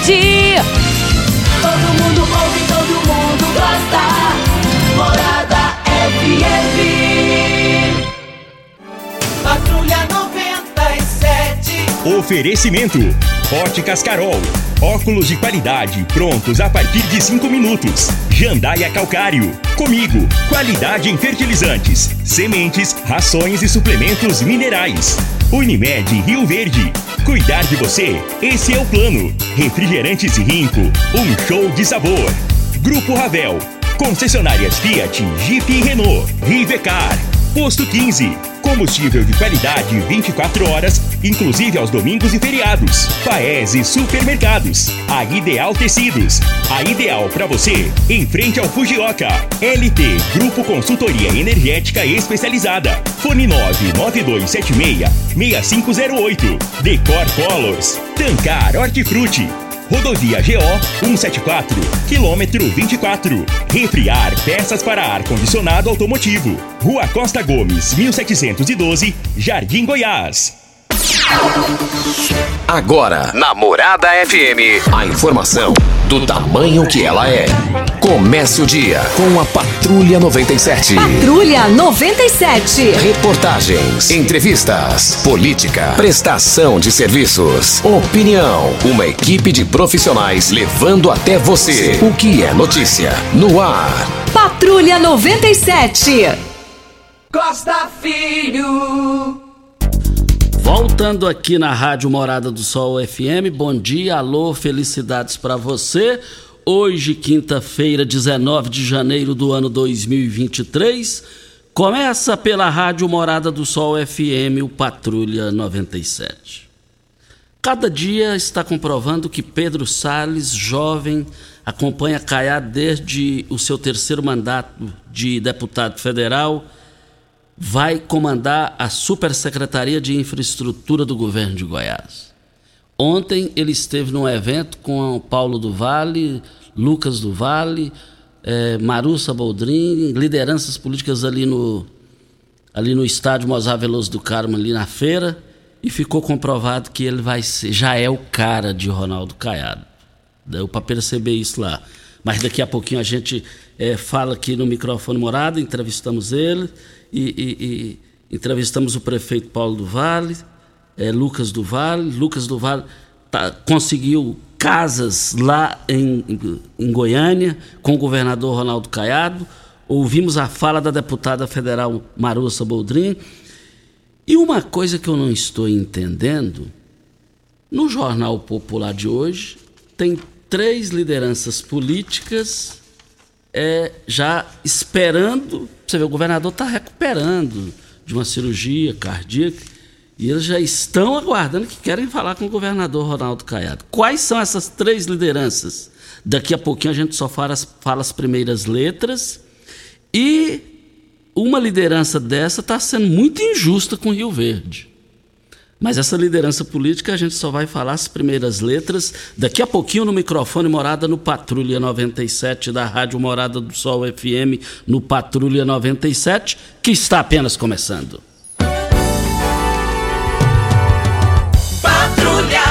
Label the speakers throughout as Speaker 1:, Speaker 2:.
Speaker 1: Verde.
Speaker 2: Todo mundo ouve, todo mundo gosta. Morada FM. Patrulha 97.
Speaker 3: Oferecimento: Óticas Carol. Óculos de qualidade prontos a partir de 5 minutos. Jandaia Calcário. Comigo, qualidade em fertilizantes, sementes, rações e suplementos minerais. Unimed Rio Verde. Cuidar de você, esse é o plano. Refrigerantes Rinco, um show de sabor. Grupo Ravel. Concessionárias Fiat, Jeep e Renault. Rivecar. Posto 15. Combustível de qualidade 24 horas, inclusive aos domingos e feriados. Paese Supermercados. A Ideal Tecidos. A ideal para você, em frente ao Fujioka. LT Grupo Consultoria Energética Especializada. Fone 99276-6508. Decor Colors. Tancar Hortifruti. Rodovia GO 174, quilômetro 24. Refriar peças para ar-condicionado automotivo. Rua Costa Gomes, 1712, Jardim Goiás.
Speaker 4: Agora, na Morada FM, a informação do tamanho que ela é. Comece o dia com a Patrulha 97.
Speaker 1: Patrulha 97.
Speaker 4: Reportagens, entrevistas, política, prestação de serviços, opinião. Uma equipe de profissionais levando até você o que é notícia no ar.
Speaker 1: Patrulha 97.
Speaker 2: Costa Filho.
Speaker 5: Voltando aqui na Rádio Morada do Sol FM, bom dia, alô, felicidades para você. Hoje, quinta-feira, 19 de janeiro do ano 2023, começa pela Rádio Morada do Sol FM, o Patrulha 97. Cada dia está comprovando que Pedro Salles, jovem, acompanha Caiado desde o seu terceiro mandato de deputado federal, vai comandar a Supersecretaria de Infraestrutura do Governo de Goiás. Ontem ele esteve num evento com Paulo do Vale, Lucas do Vale, Marussa Boldrin, lideranças políticas ali no estádio Mozar Veloso do Carmo, ali na feira, e ficou comprovado que ele já é o cara de Ronaldo Caiado. Deu para perceber isso lá. Mas daqui a pouquinho a gente fala aqui no microfone Morada, entrevistamos ele e entrevistamos o prefeito Paulo do Vale, Lucas do Vale. Lucas do Vale conseguiu casas lá em Goiânia com o governador Ronaldo Caiado. Ouvimos a fala da deputada federal Marussa Boldrin. E uma coisa que eu não estou entendendo, no Jornal Popular de hoje tem 3 lideranças políticas já esperando. Você vê, o governador está recuperando de uma cirurgia cardíaca e eles já estão aguardando, que querem falar com o governador Ronaldo Caiado. Quais são essas 3 lideranças? Daqui a pouquinho a gente só fala as primeiras letras, e uma liderança dessa está sendo muito injusta com Rio Verde. Mas essa liderança política a gente só vai falar as primeiras letras daqui a pouquinho no microfone Morada, no Patrulha 97 da Rádio Morada do Sol FM, no Patrulha 97, que está apenas começando.
Speaker 2: Patrulha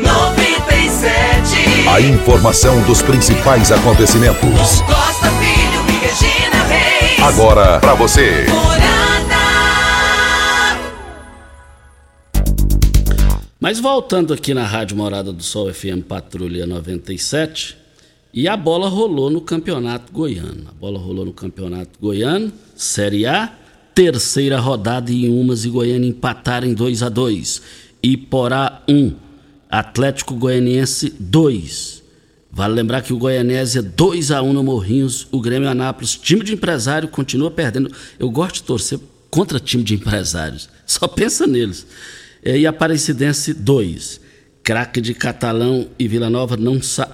Speaker 2: 97.
Speaker 6: A informação dos principais acontecimentos.
Speaker 2: Costa Filho e Regina Reis.
Speaker 6: Agora pra você.
Speaker 5: Mas voltando aqui na Rádio Morada do Sol FM Patrulha 97, e a bola rolou no Campeonato Goiano. A bola rolou no Campeonato Goiano, Série A, terceira rodada, e Umas e Goiânia empataram em 2-2. Iporá 1, Atlético Goianiense 2. Vale lembrar que o Goianésia 2-1 no Morrinhos. O Grêmio Anápolis, time de empresário, continua perdendo. Eu gosto de torcer contra time de empresários, só pensa neles. E Aparecidense 2. Craque de Catalão e Vila Nova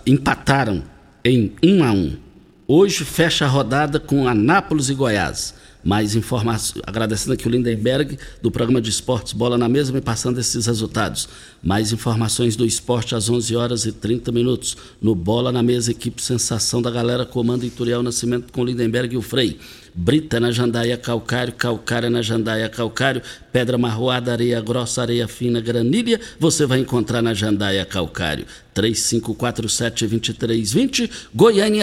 Speaker 5: empataram em 1-1. Hoje fecha a rodada com Anápolis e Goiás. Mais informações, agradecendo aqui o Lindenberg do programa de esportes Bola na Mesa, me passando esses resultados. Mais informações do esporte às 11h30 no Bola na Mesa, equipe Sensação da Galera, comando Ituriel Nascimento com o Lindenberg e o Frei. Brita na Jandaia Calcário, Calcária na Jandaia Calcário, pedra marroada, areia grossa, areia fina, granilha, você vai encontrar na Jandaia Calcário. 3547-2320, Goiânia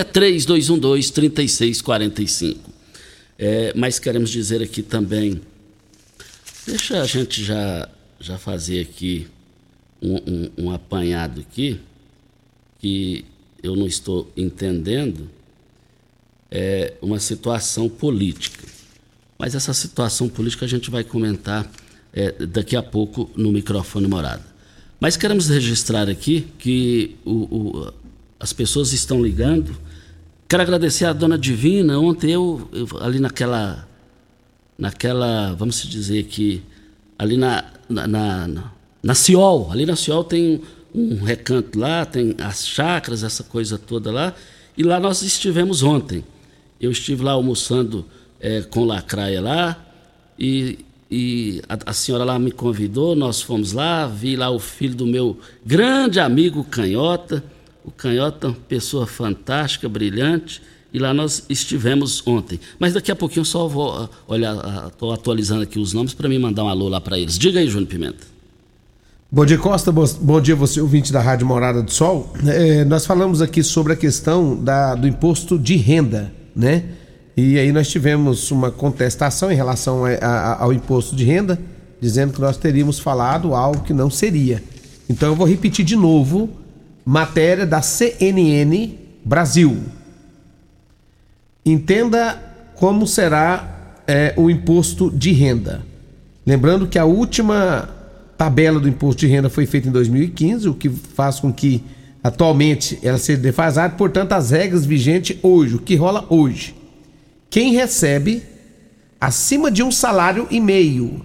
Speaker 5: 3212-3645. Mas queremos dizer aqui também, deixa a gente já fazer aqui um apanhado aqui, que eu não estou entendendo, uma situação política. Mas essa situação política a gente vai comentar daqui a pouco no microfone Morada. Mas queremos registrar aqui que as pessoas estão ligando. Quero agradecer a dona Divina. Ontem eu ali naquela, vamos dizer que ali na Ciol, ali na Ciol tem um recanto lá, tem as chácaras, essa coisa toda lá, e lá nós estivemos ontem. Eu estive lá almoçando com o Lacraia lá, e a senhora lá me convidou, nós fomos lá, vi lá o filho do meu grande amigo Canhota, o Canhota, pessoa fantástica, brilhante, e lá nós estivemos ontem. Mas daqui a pouquinho eu só vou olhar, estou atualizando aqui os nomes para me mandar um alô lá para eles. Diga aí, Júnior Pimenta.
Speaker 7: Bom dia, Costa, bom dia você, ouvinte da Rádio Morada do Sol. Nós falamos aqui sobre a questão do imposto de renda, né? E aí nós tivemos uma contestação em relação ao imposto de renda, dizendo que nós teríamos falado algo que não seria. Então eu vou repetir de novo, matéria da CNN Brasil. Entenda como será o imposto de renda. Lembrando que a última tabela do imposto de renda foi feita em 2015, o que faz com que atualmente ela seja defasada, portanto as regras vigentes hoje, o que rola hoje. Quem recebe acima de um salário e meio,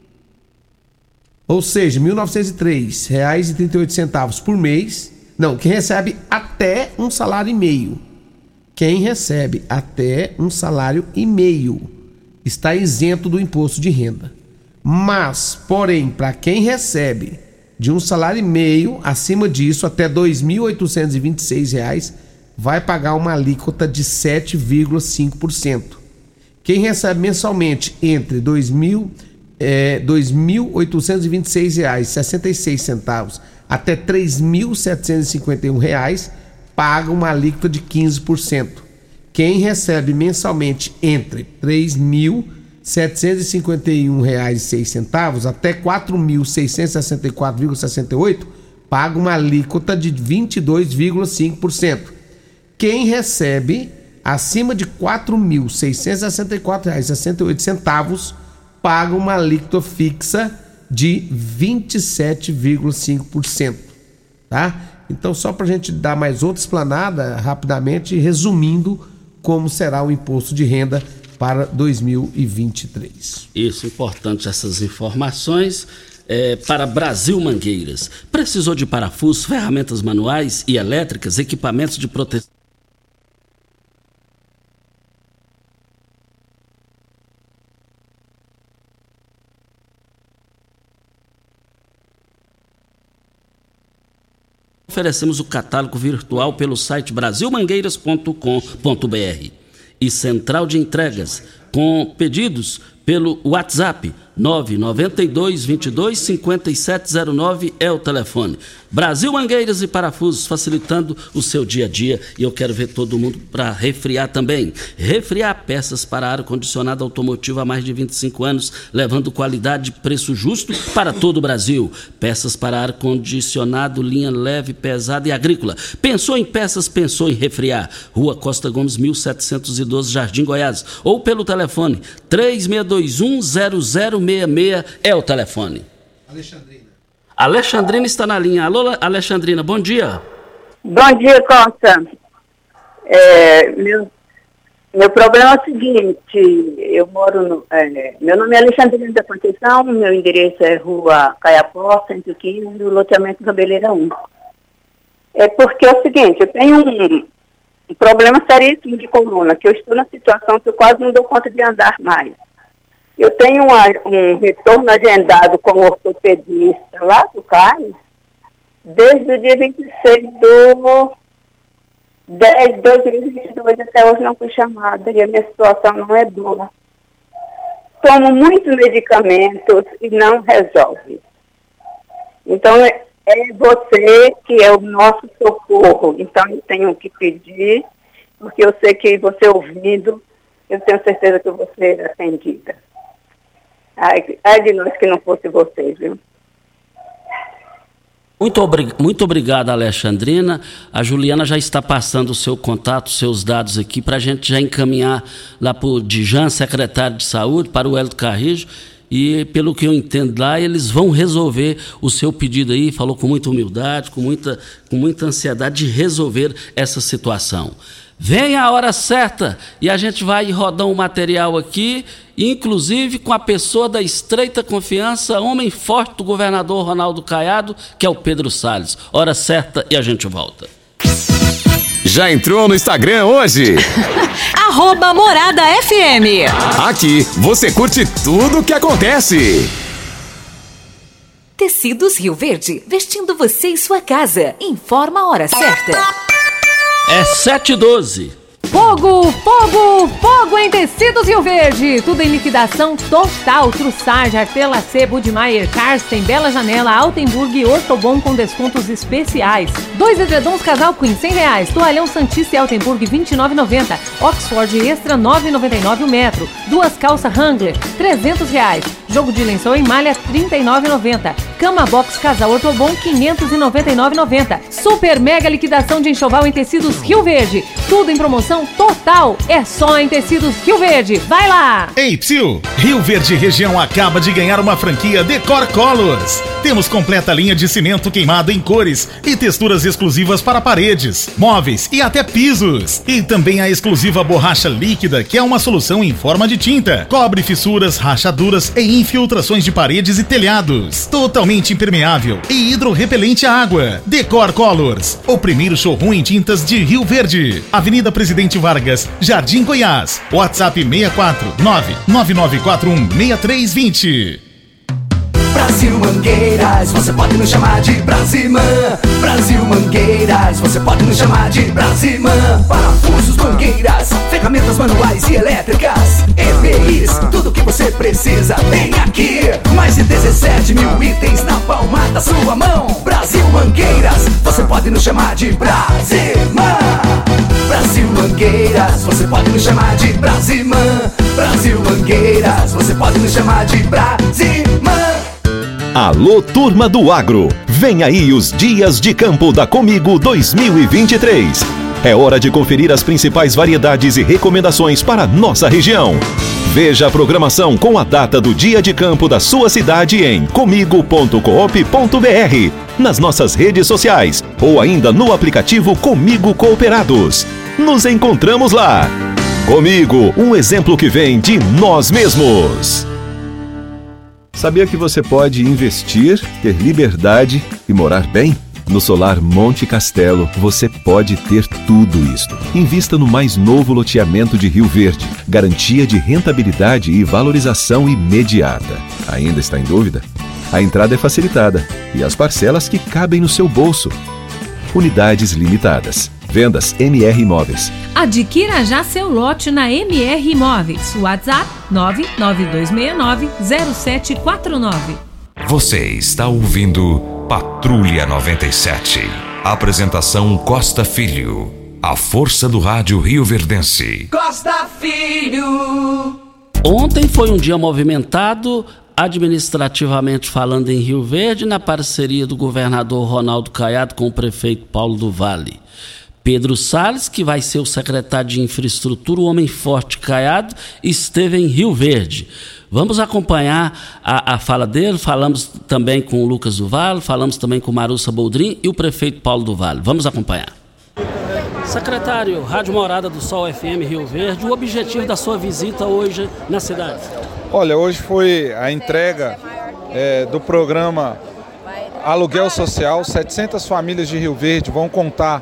Speaker 7: ou seja, R$ 1.903,38 por mês, não, quem recebe até um salário e meio, quem recebe até um salário e meio está isento do imposto de renda. Mas, porém, para quem recebe de um salário e meio, acima disso, até R$ 2.826, vai pagar uma alíquota de 7,5%. Quem recebe mensalmente entre R$ 2.826,66 até R$ 3.751, paga uma alíquota de 15%. Quem recebe mensalmente entre R$ 3.751,06 até R$ 4.664,68, paga uma alíquota de 22,5%. Quem recebe acima de R$ 4.664,68, paga uma alíquota fixa de 27,5%. Tá? Então, só para a gente dar mais outra explanada, rapidamente, resumindo como será o imposto de renda para 2023.
Speaker 5: Isso, importante essas informações. Para Brasil Mangueiras. Precisou de parafusos, ferramentas manuais e elétricas, equipamentos de proteção? Oferecemos o catálogo virtual pelo site brasilmangueiras.com.br e central de entregas com pedidos pelo WhatsApp 992-22-5709 é o telefone. Brasil Mangueiras e Parafusos, facilitando o seu dia a dia. E eu quero ver todo mundo para resfriar também. Resfriar peças para ar-condicionado automotivo há mais de 25 anos, levando qualidade e preço justo para todo o Brasil. Peças para ar-condicionado, linha leve, pesada e agrícola. Pensou em peças, pensou em resfriar. Rua Costa Gomes, 1712, Jardim Goiás. Ou pelo telefone 3621-0066 é o telefone. Alexandrina está na linha. Alô, Alexandrina, bom dia.
Speaker 8: Bom dia, Costa. Meu problema é o seguinte, eu moro meu nome é Alexandrina da Conceição, meu endereço é Rua Caiapó, 115, do loteamento Cabeleira 1. É porque é o seguinte, eu tenho um problema seríssimo de coluna, que eu estou na situação que eu quase não dou conta de andar mais. Eu tenho um retorno agendado com o ortopedista lá do Carlos, desde o dia 26 do 10 de 2022, até hoje não fui chamada, e a minha situação não é boa. Tomo muitos medicamentos e não resolve. Então, é você que é o nosso socorro. Então, eu tenho que pedir, porque eu sei que você ouvindo, eu tenho certeza que você é atendida. Ai de nós que não fosse você, viu?
Speaker 5: Muito obrigado, Alexandrina. A Juliana já está passando o seu contato, os seus dados aqui, para a gente já encaminhar lá para o Dijan, secretário de Saúde, para o Hélio Carrijo. E, pelo que eu entendo lá, eles vão resolver o seu pedido aí. Falou com muita humildade, com muita ansiedade de resolver essa situação. Vem a hora certa e a gente vai rodar um material aqui, inclusive com a pessoa da estreita confiança, homem forte do governador Ronaldo Caiado, que é o Pedro Salles. Hora certa e a gente volta.
Speaker 4: Já entrou no Instagram hoje?
Speaker 1: @Morada FM.
Speaker 4: Aqui você curte tudo o que acontece.
Speaker 1: Tecidos Rio Verde, vestindo você e sua casa. Informa a hora certa.
Speaker 5: É 7h12.
Speaker 9: Fogo, fogo, fogo em Tecidos Rio Verde. Tudo em liquidação total. Trussardi, Artelacê, Budmeier, Karsten, Bela Janela, Altenburg e Ortobon com descontos especiais. 2 edredons casal Queen, R$100. Toalhão Santista e Altenburg, R$29,90. Oxford Extra, R$9,99 o metro. 2 calças Wrangler, R$300. Jogo de lençol em malha, R$39,90. Cama Box Casal Ortobon, R$599,90. Super mega liquidação de enxoval em Tecidos Rio Verde. Tudo em promoção total. É só em Tecidos Rio Verde. Vai lá!
Speaker 10: Ei, psiu! Rio Verde Região acaba de ganhar uma franquia Decor Colors. Temos completa linha de cimento queimado em cores e texturas exclusivas para paredes, móveis e até pisos. E também a exclusiva borracha líquida, que é uma solução em forma de tinta. Cobre fissuras, rachaduras e infiltrações de paredes e telhados. Totalmente impermeável e hidrorrepelente à água. Decor Colors, o primeiro showroom em tintas de Rio Verde. Avenida Presidente Vargas, Jardim Goiás. WhatsApp 64999416320.
Speaker 2: Brasil Mangueiras, você pode nos chamar de Brasimã. Brasil Mangueiras, você pode nos chamar de Brasimã. Parafusos, mangueiras, ferramentas manuais e elétricas, EPIs, tudo que você precisa tem aqui. Mais de 17 mil itens na palma da sua mão. Brasil Mangueiras, você pode nos chamar de Brasimã. Brasil Mangueiras, você pode nos chamar de Brasimã. Brasil Mangueiras, você pode nos chamar de Brasimã.
Speaker 4: Alô, turma do agro! Vem aí os Dias de Campo da Comigo 2023. É hora de conferir as principais variedades e recomendações para nossa região. Veja a programação com a data do Dia de Campo da sua cidade em comigo.coop.br, nas nossas redes sociais ou ainda no aplicativo Comigo Cooperados. Nos encontramos lá. Comigo, um exemplo que vem de nós mesmos.
Speaker 11: Sabia que você pode investir, ter liberdade e morar bem? No Solar Monte Castelo, você pode ter tudo isto. Invista no mais novo loteamento de Rio Verde. Garantia de rentabilidade e valorização imediata. Ainda está em dúvida? A entrada é facilitada e as parcelas que cabem no seu bolso. Unidades limitadas. Vendas MR Imóveis.
Speaker 9: Adquira já seu lote na MR Imóveis. WhatsApp 992690749.
Speaker 12: Você está ouvindo Patrulha 97. Apresentação Costa Filho. A força do rádio rioverdense.
Speaker 2: Costa Filho.
Speaker 5: Ontem foi um dia movimentado, administrativamente falando, em Rio Verde, na parceria do governador Ronaldo Caiado com o prefeito Paulo do Vale. Pedro Salles, que vai ser o secretário de Infraestrutura, o homem forte Caiado, esteve em Rio Verde. Vamos acompanhar a fala dele. Falamos também com o Lucas do Vale, falamos também com Marussa Boldrin e o prefeito Paulo do Vale. Vamos acompanhar. Secretário, Rádio Morada do Sol FM Rio Verde, o objetivo da sua visita hoje na cidade?
Speaker 13: Olha, hoje foi a entrega do programa Aluguel Social. 700 famílias de Rio Verde vão contar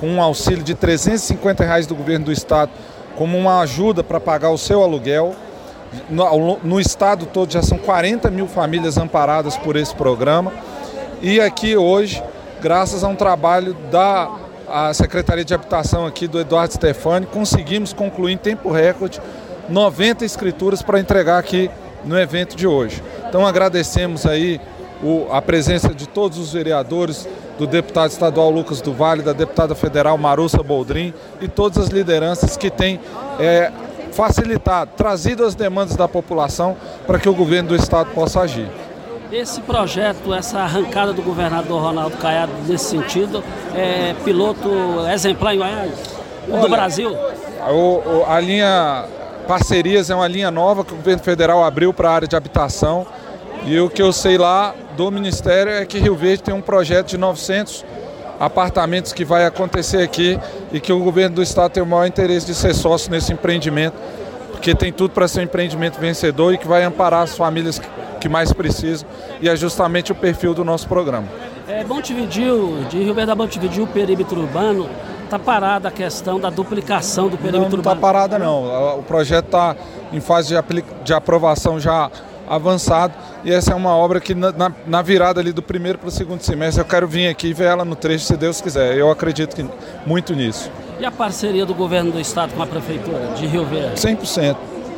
Speaker 13: com um auxílio de R$350 do governo do estado, como uma ajuda para pagar o seu aluguel. No estado todo já são 40 mil famílias amparadas por esse programa. E aqui hoje, graças a um trabalho da Secretaria de Habitação aqui do Eduardo Stefani, conseguimos concluir em tempo recorde 90 escrituras para entregar aqui no evento de hoje. Então agradecemos aí a presença de todos os vereadores, do deputado estadual Lucas do Vale, da deputada federal Marussa Boldrin e todas as lideranças que têm facilitado, trazido as demandas da população para que o governo do estado possa agir.
Speaker 5: Esse projeto, essa arrancada do governador Ronaldo Caiado nesse sentido, é piloto exemplar em Goiás, do Brasil?
Speaker 13: A linha Parcerias é uma linha nova que o governo federal abriu para a área de habitação. E o que eu sei lá do Ministério é que Rio Verde tem um projeto de 900 apartamentos que vai acontecer aqui e que o governo do estado tem o maior interesse de ser sócio nesse empreendimento, porque tem tudo para ser um empreendimento vencedor e que vai amparar as famílias que mais precisam, e é justamente o perfil do nosso programa.
Speaker 5: Montevidéu, de Rio Verde a Montevidéu, o perímetro urbano, está parada a questão da duplicação do perímetro urbano?
Speaker 13: Não está parada não, o projeto está em fase de aprovação já avançado, e essa é uma obra que na virada ali do primeiro para o segundo semestre eu quero vir aqui e ver ela no trecho, se Deus quiser. Eu acredito muito nisso.
Speaker 5: E a parceria do governo do estado com a prefeitura de Rio Verde?
Speaker 13: 100%,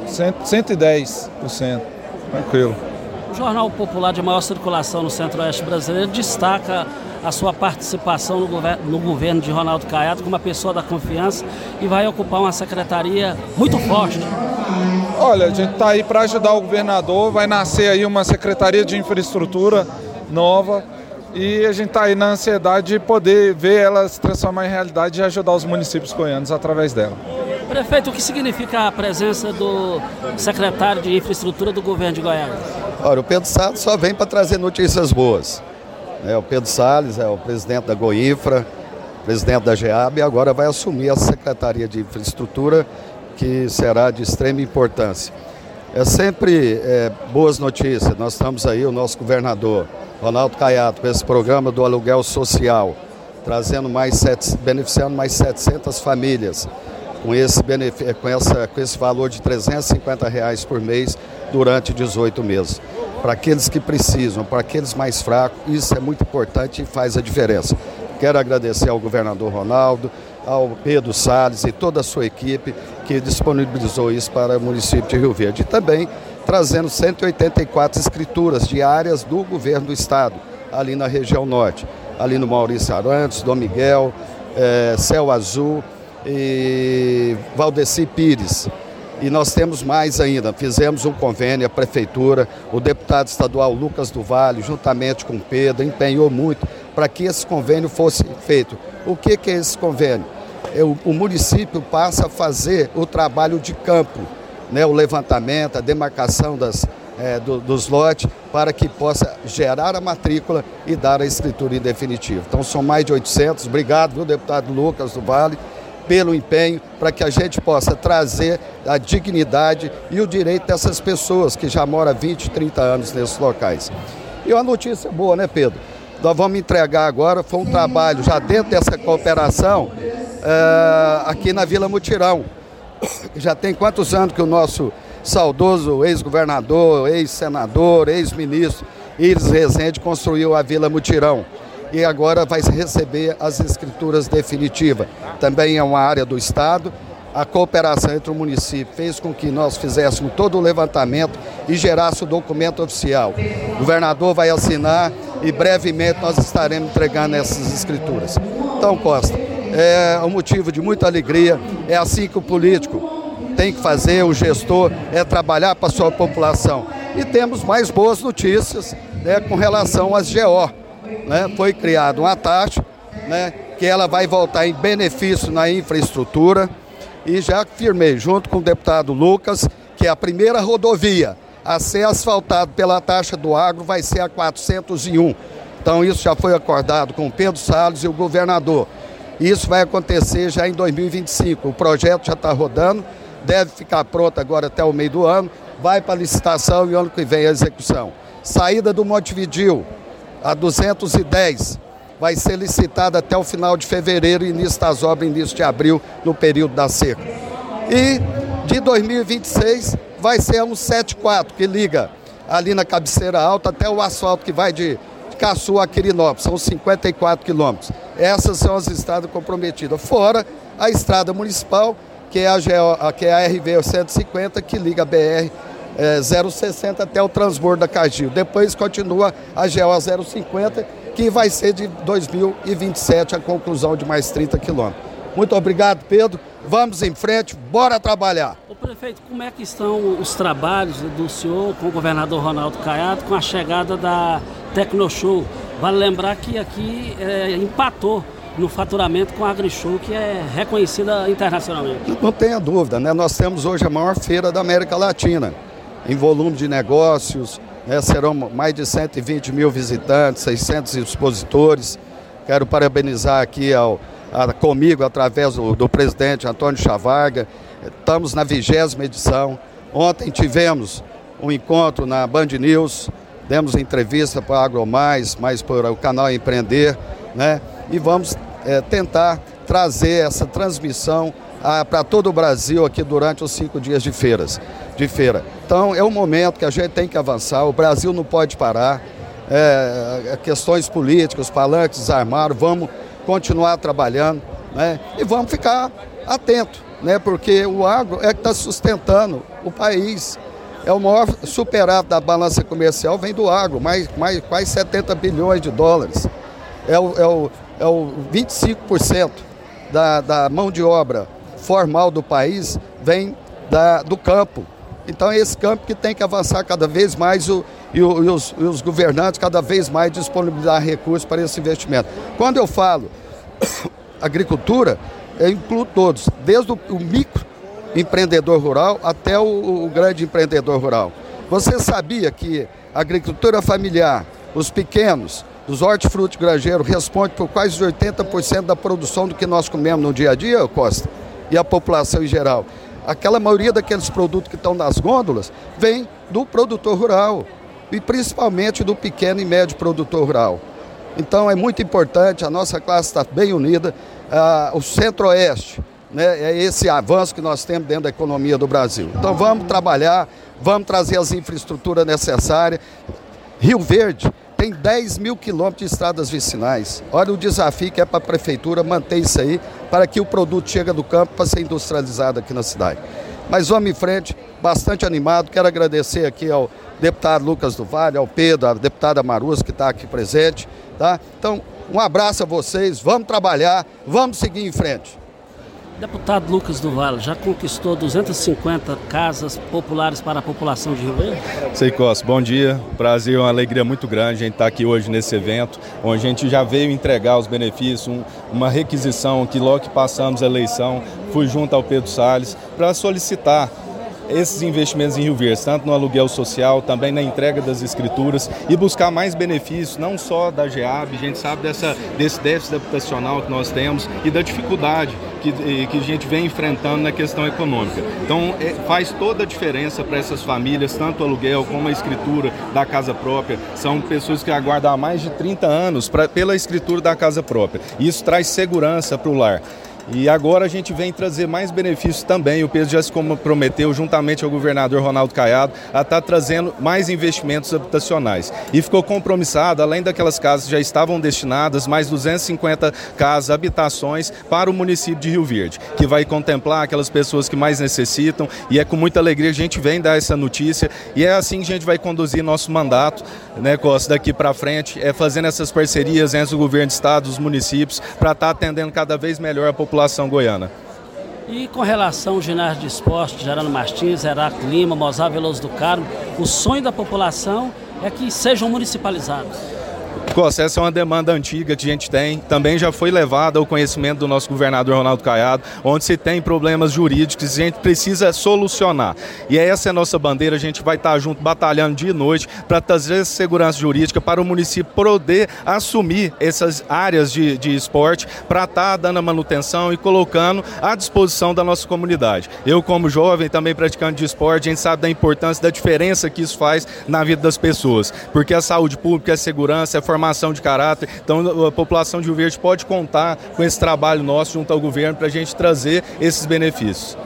Speaker 13: 110%, tranquilo.
Speaker 5: O Jornal Popular de maior circulação no Centro-Oeste brasileiro destaca a sua participação no governo de Ronaldo Caiado como uma pessoa da confiança e vai ocupar uma secretaria muito forte.
Speaker 13: Olha, a gente está aí para ajudar o governador, vai nascer aí uma secretaria de infraestrutura nova e a gente está aí na ansiedade de poder ver ela se transformar em realidade e ajudar os municípios goianos através dela.
Speaker 5: Prefeito, o que significa a presença do secretário de infraestrutura do governo de Goiás?
Speaker 14: Olha, o Pedro Salles só vem para trazer notícias boas. O Pedro Salles é o presidente da Goinfra, presidente da GEAB, e agora vai assumir a Secretaria de Infraestrutura, que será de extrema importância. É sempre boas notícias. Nós estamos aí, o nosso governador, Ronaldo Caiado, com esse programa do aluguel social, beneficiando mais 700 famílias, com esse valor de R$350 por mês durante 18 meses. Para aqueles que precisam, para aqueles mais fracos, isso é muito importante e faz a diferença. Quero agradecer ao governador Ronaldo, ao Pedro Salles e toda a sua equipe que disponibilizou isso para o município de Rio Verde. E também trazendo 184 escrituras de áreas do governo do estado, ali na região norte, ali no Maurício Arantes, Dom Miguel, Céu Azul e Valdeci Pires. E nós temos mais ainda, fizemos um convênio, a prefeitura, o deputado estadual Lucas do Vale, juntamente com o Pedro, empenhou muito para que esse convênio fosse feito. O que é esse convênio? O município passa a fazer o trabalho de campo, o levantamento, a demarcação dos lotes, para que possa gerar a matrícula e dar a escritura em definitivo. Então são mais de 800, obrigado, viu, deputado Lucas do Vale, pelo empenho para que a gente possa trazer a dignidade e o direito dessas pessoas que já moram há 20, 30 anos nesses locais. E uma notícia boa, né, Pedro? Nós vamos entregar agora, foi um trabalho já dentro dessa cooperação, aqui na Vila Mutirão. Já tem quantos anos que o nosso saudoso ex-governador, ex-senador, ex-ministro Iris Rezende construiu a Vila Mutirão. E agora vai receber as escrituras definitivas. Também é uma área do estado. A cooperação entre o município fez com que nós fizéssemos todo o levantamento e gerasse o documento oficial. O governador vai assinar e brevemente nós estaremos entregando essas escrituras. Então, Costa, é um motivo de muita alegria. É assim que o político tem que fazer, o gestor é trabalhar para a sua população. E temos mais boas notícias, com relação às GO. Foi criada uma taxa, que ela vai voltar em benefício na infraestrutura, e já firmei junto com o deputado Lucas que a primeira rodovia a ser asfaltada pela taxa do agro vai ser a 401. Então isso já foi acordado com o Pedro Salles e o governador. Isso vai acontecer já em 2025. O projeto já está rodando, deve ficar pronto agora até o meio do ano, vai para a licitação e ano que vem a execução. Saída do Montevidéu a 210, vai ser licitada até o final de fevereiro, início das obras, início de abril, no período da seca. E de 2026 vai ser a 174, que liga ali na Cabeceira Alta até o asfalto que vai de Caçu a Quirinópolis, são 54 quilômetros. Essas são as estradas comprometidas. Fora a estrada municipal, que é a RV 150, que liga a BR 060 até o transbordo da Cagil. Depois continua a GO 050, que vai ser de 2027 a conclusão de mais 30 quilômetros. Muito obrigado, Pedro. Vamos em frente, bora trabalhar.
Speaker 5: Ô prefeito, como é que estão os trabalhos do senhor com o governador Ronaldo Caiado com a chegada da Tecnoshow? Vale lembrar que aqui empatou no faturamento com a AgriShow, que é reconhecida internacionalmente.
Speaker 14: Não tenha dúvida, né? Nós temos hoje a maior feira da América Latina, em volume de negócios, né? Serão mais de 120 mil visitantes, 600 expositores. Quero parabenizar aqui comigo, através do presidente Antônio Chavarga. Estamos na 20ª edição. Ontem tivemos um encontro na Band News, demos entrevista para a AgroMais, mais para o canal Empreender, né? E vamos tentar trazer essa transmissão para todo o Brasil aqui durante os 5 dias de feira. Então é um momento que a gente tem que avançar, o Brasil não pode parar, questões políticas, palanques desarmaram, vamos continuar trabalhando, né? E vamos ficar atentos, né? Porque o agro é que está sustentando o país. É o maior superávit da balança comercial, vem do agro, quase 70 bilhões de dólares. É o 25% da mão de obra formal do país vem do campo. Então é esse campo que tem que avançar cada vez mais e os governantes cada vez mais disponibilizar recursos para esse investimento. Quando eu falo agricultura, eu incluo todos, desde o microempreendedor rural até o grande empreendedor rural. Você sabia que a agricultura familiar, os pequenos, os hortifruti granjeiros, responde por quase 80% da produção do que nós comemos no dia a dia, Costa? E a população em geral. Aquela maioria daqueles produtos que estão nas gôndolas vem do produtor rural e principalmente do pequeno e médio produtor rural. Então é muito importante, a nossa classe está bem unida, o Centro-Oeste, né, é esse avanço que nós temos dentro da economia do Brasil. Então vamos trabalhar, vamos trazer as infraestruturas necessárias. Rio Verde tem 10 mil quilômetros de estradas vicinais. Olha o desafio que é para a prefeitura manter isso aí, para que o produto chegue do campo para ser industrializado aqui na cidade. Mas vamos em frente, bastante animado. Quero agradecer aqui ao deputado Lucas do Vale, ao Pedro, à deputada Maruz, que está aqui presente. Tá? Então, um abraço a vocês, vamos trabalhar, vamos seguir em frente.
Speaker 5: Deputado Lucas do Vale, já conquistou 250 casas populares para a população de Rio Verde?
Speaker 15: Sei, Costa, bom dia. Prazer, uma alegria muito grande a gente estar aqui hoje nesse evento, onde a gente já veio entregar os benefícios, uma requisição que logo que passamos a eleição, fui junto ao Pedro Salles para solicitar esses investimentos em Rio Verde, tanto no aluguel social, também na entrega das escrituras e buscar mais benefícios, não só da GEAB, a gente sabe desse déficit habitacional que nós temos e da dificuldade que a gente vem enfrentando na questão econômica. Então faz toda a diferença para essas famílias, tanto o aluguel como a escritura da casa própria. São pessoas que aguardam há mais de 30 anos pela escritura da casa própria. Isso traz segurança para o lar. E agora a gente vem trazer mais benefícios também. O Pedro já se comprometeu, juntamente ao governador Ronaldo Caiado, a estar trazendo mais investimentos habitacionais. E ficou compromissado, além daquelas casas que já estavam destinadas, mais 250 casas, habitações para o município de Rio Verde, que vai contemplar aquelas pessoas que mais necessitam. E é com muita alegria que a gente vem dar essa notícia. E é assim que a gente vai conduzir nosso mandato, né, Costa, daqui para frente, fazendo essas parcerias entre o governo do estado, os municípios, para estar atendendo cada vez melhor a população goiana.
Speaker 5: E com relação ao ginásio de esporte, Gerando Martins, Heráclito Lima, Mozar Veloso do Carmo, o sonho da população é que sejam municipalizados.
Speaker 15: Costa, essa é uma demanda antiga que a gente tem, também já foi levada ao conhecimento do nosso governador Ronaldo Caiado, onde se tem problemas jurídicos que a gente precisa solucionar. E essa é a nossa bandeira, a gente vai estar junto, batalhando dia e noite, para trazer segurança jurídica para o município poder assumir essas áreas de esporte, para estar dando a manutenção e colocando à disposição da nossa comunidade. Eu, como jovem, também praticante de esporte, a gente sabe da importância, da diferença que isso faz na vida das pessoas, porque a saúde pública, a segurança é formação de caráter. Então a população de Rio Verde pode contar com esse trabalho nosso junto ao governo para a gente trazer esses benefícios.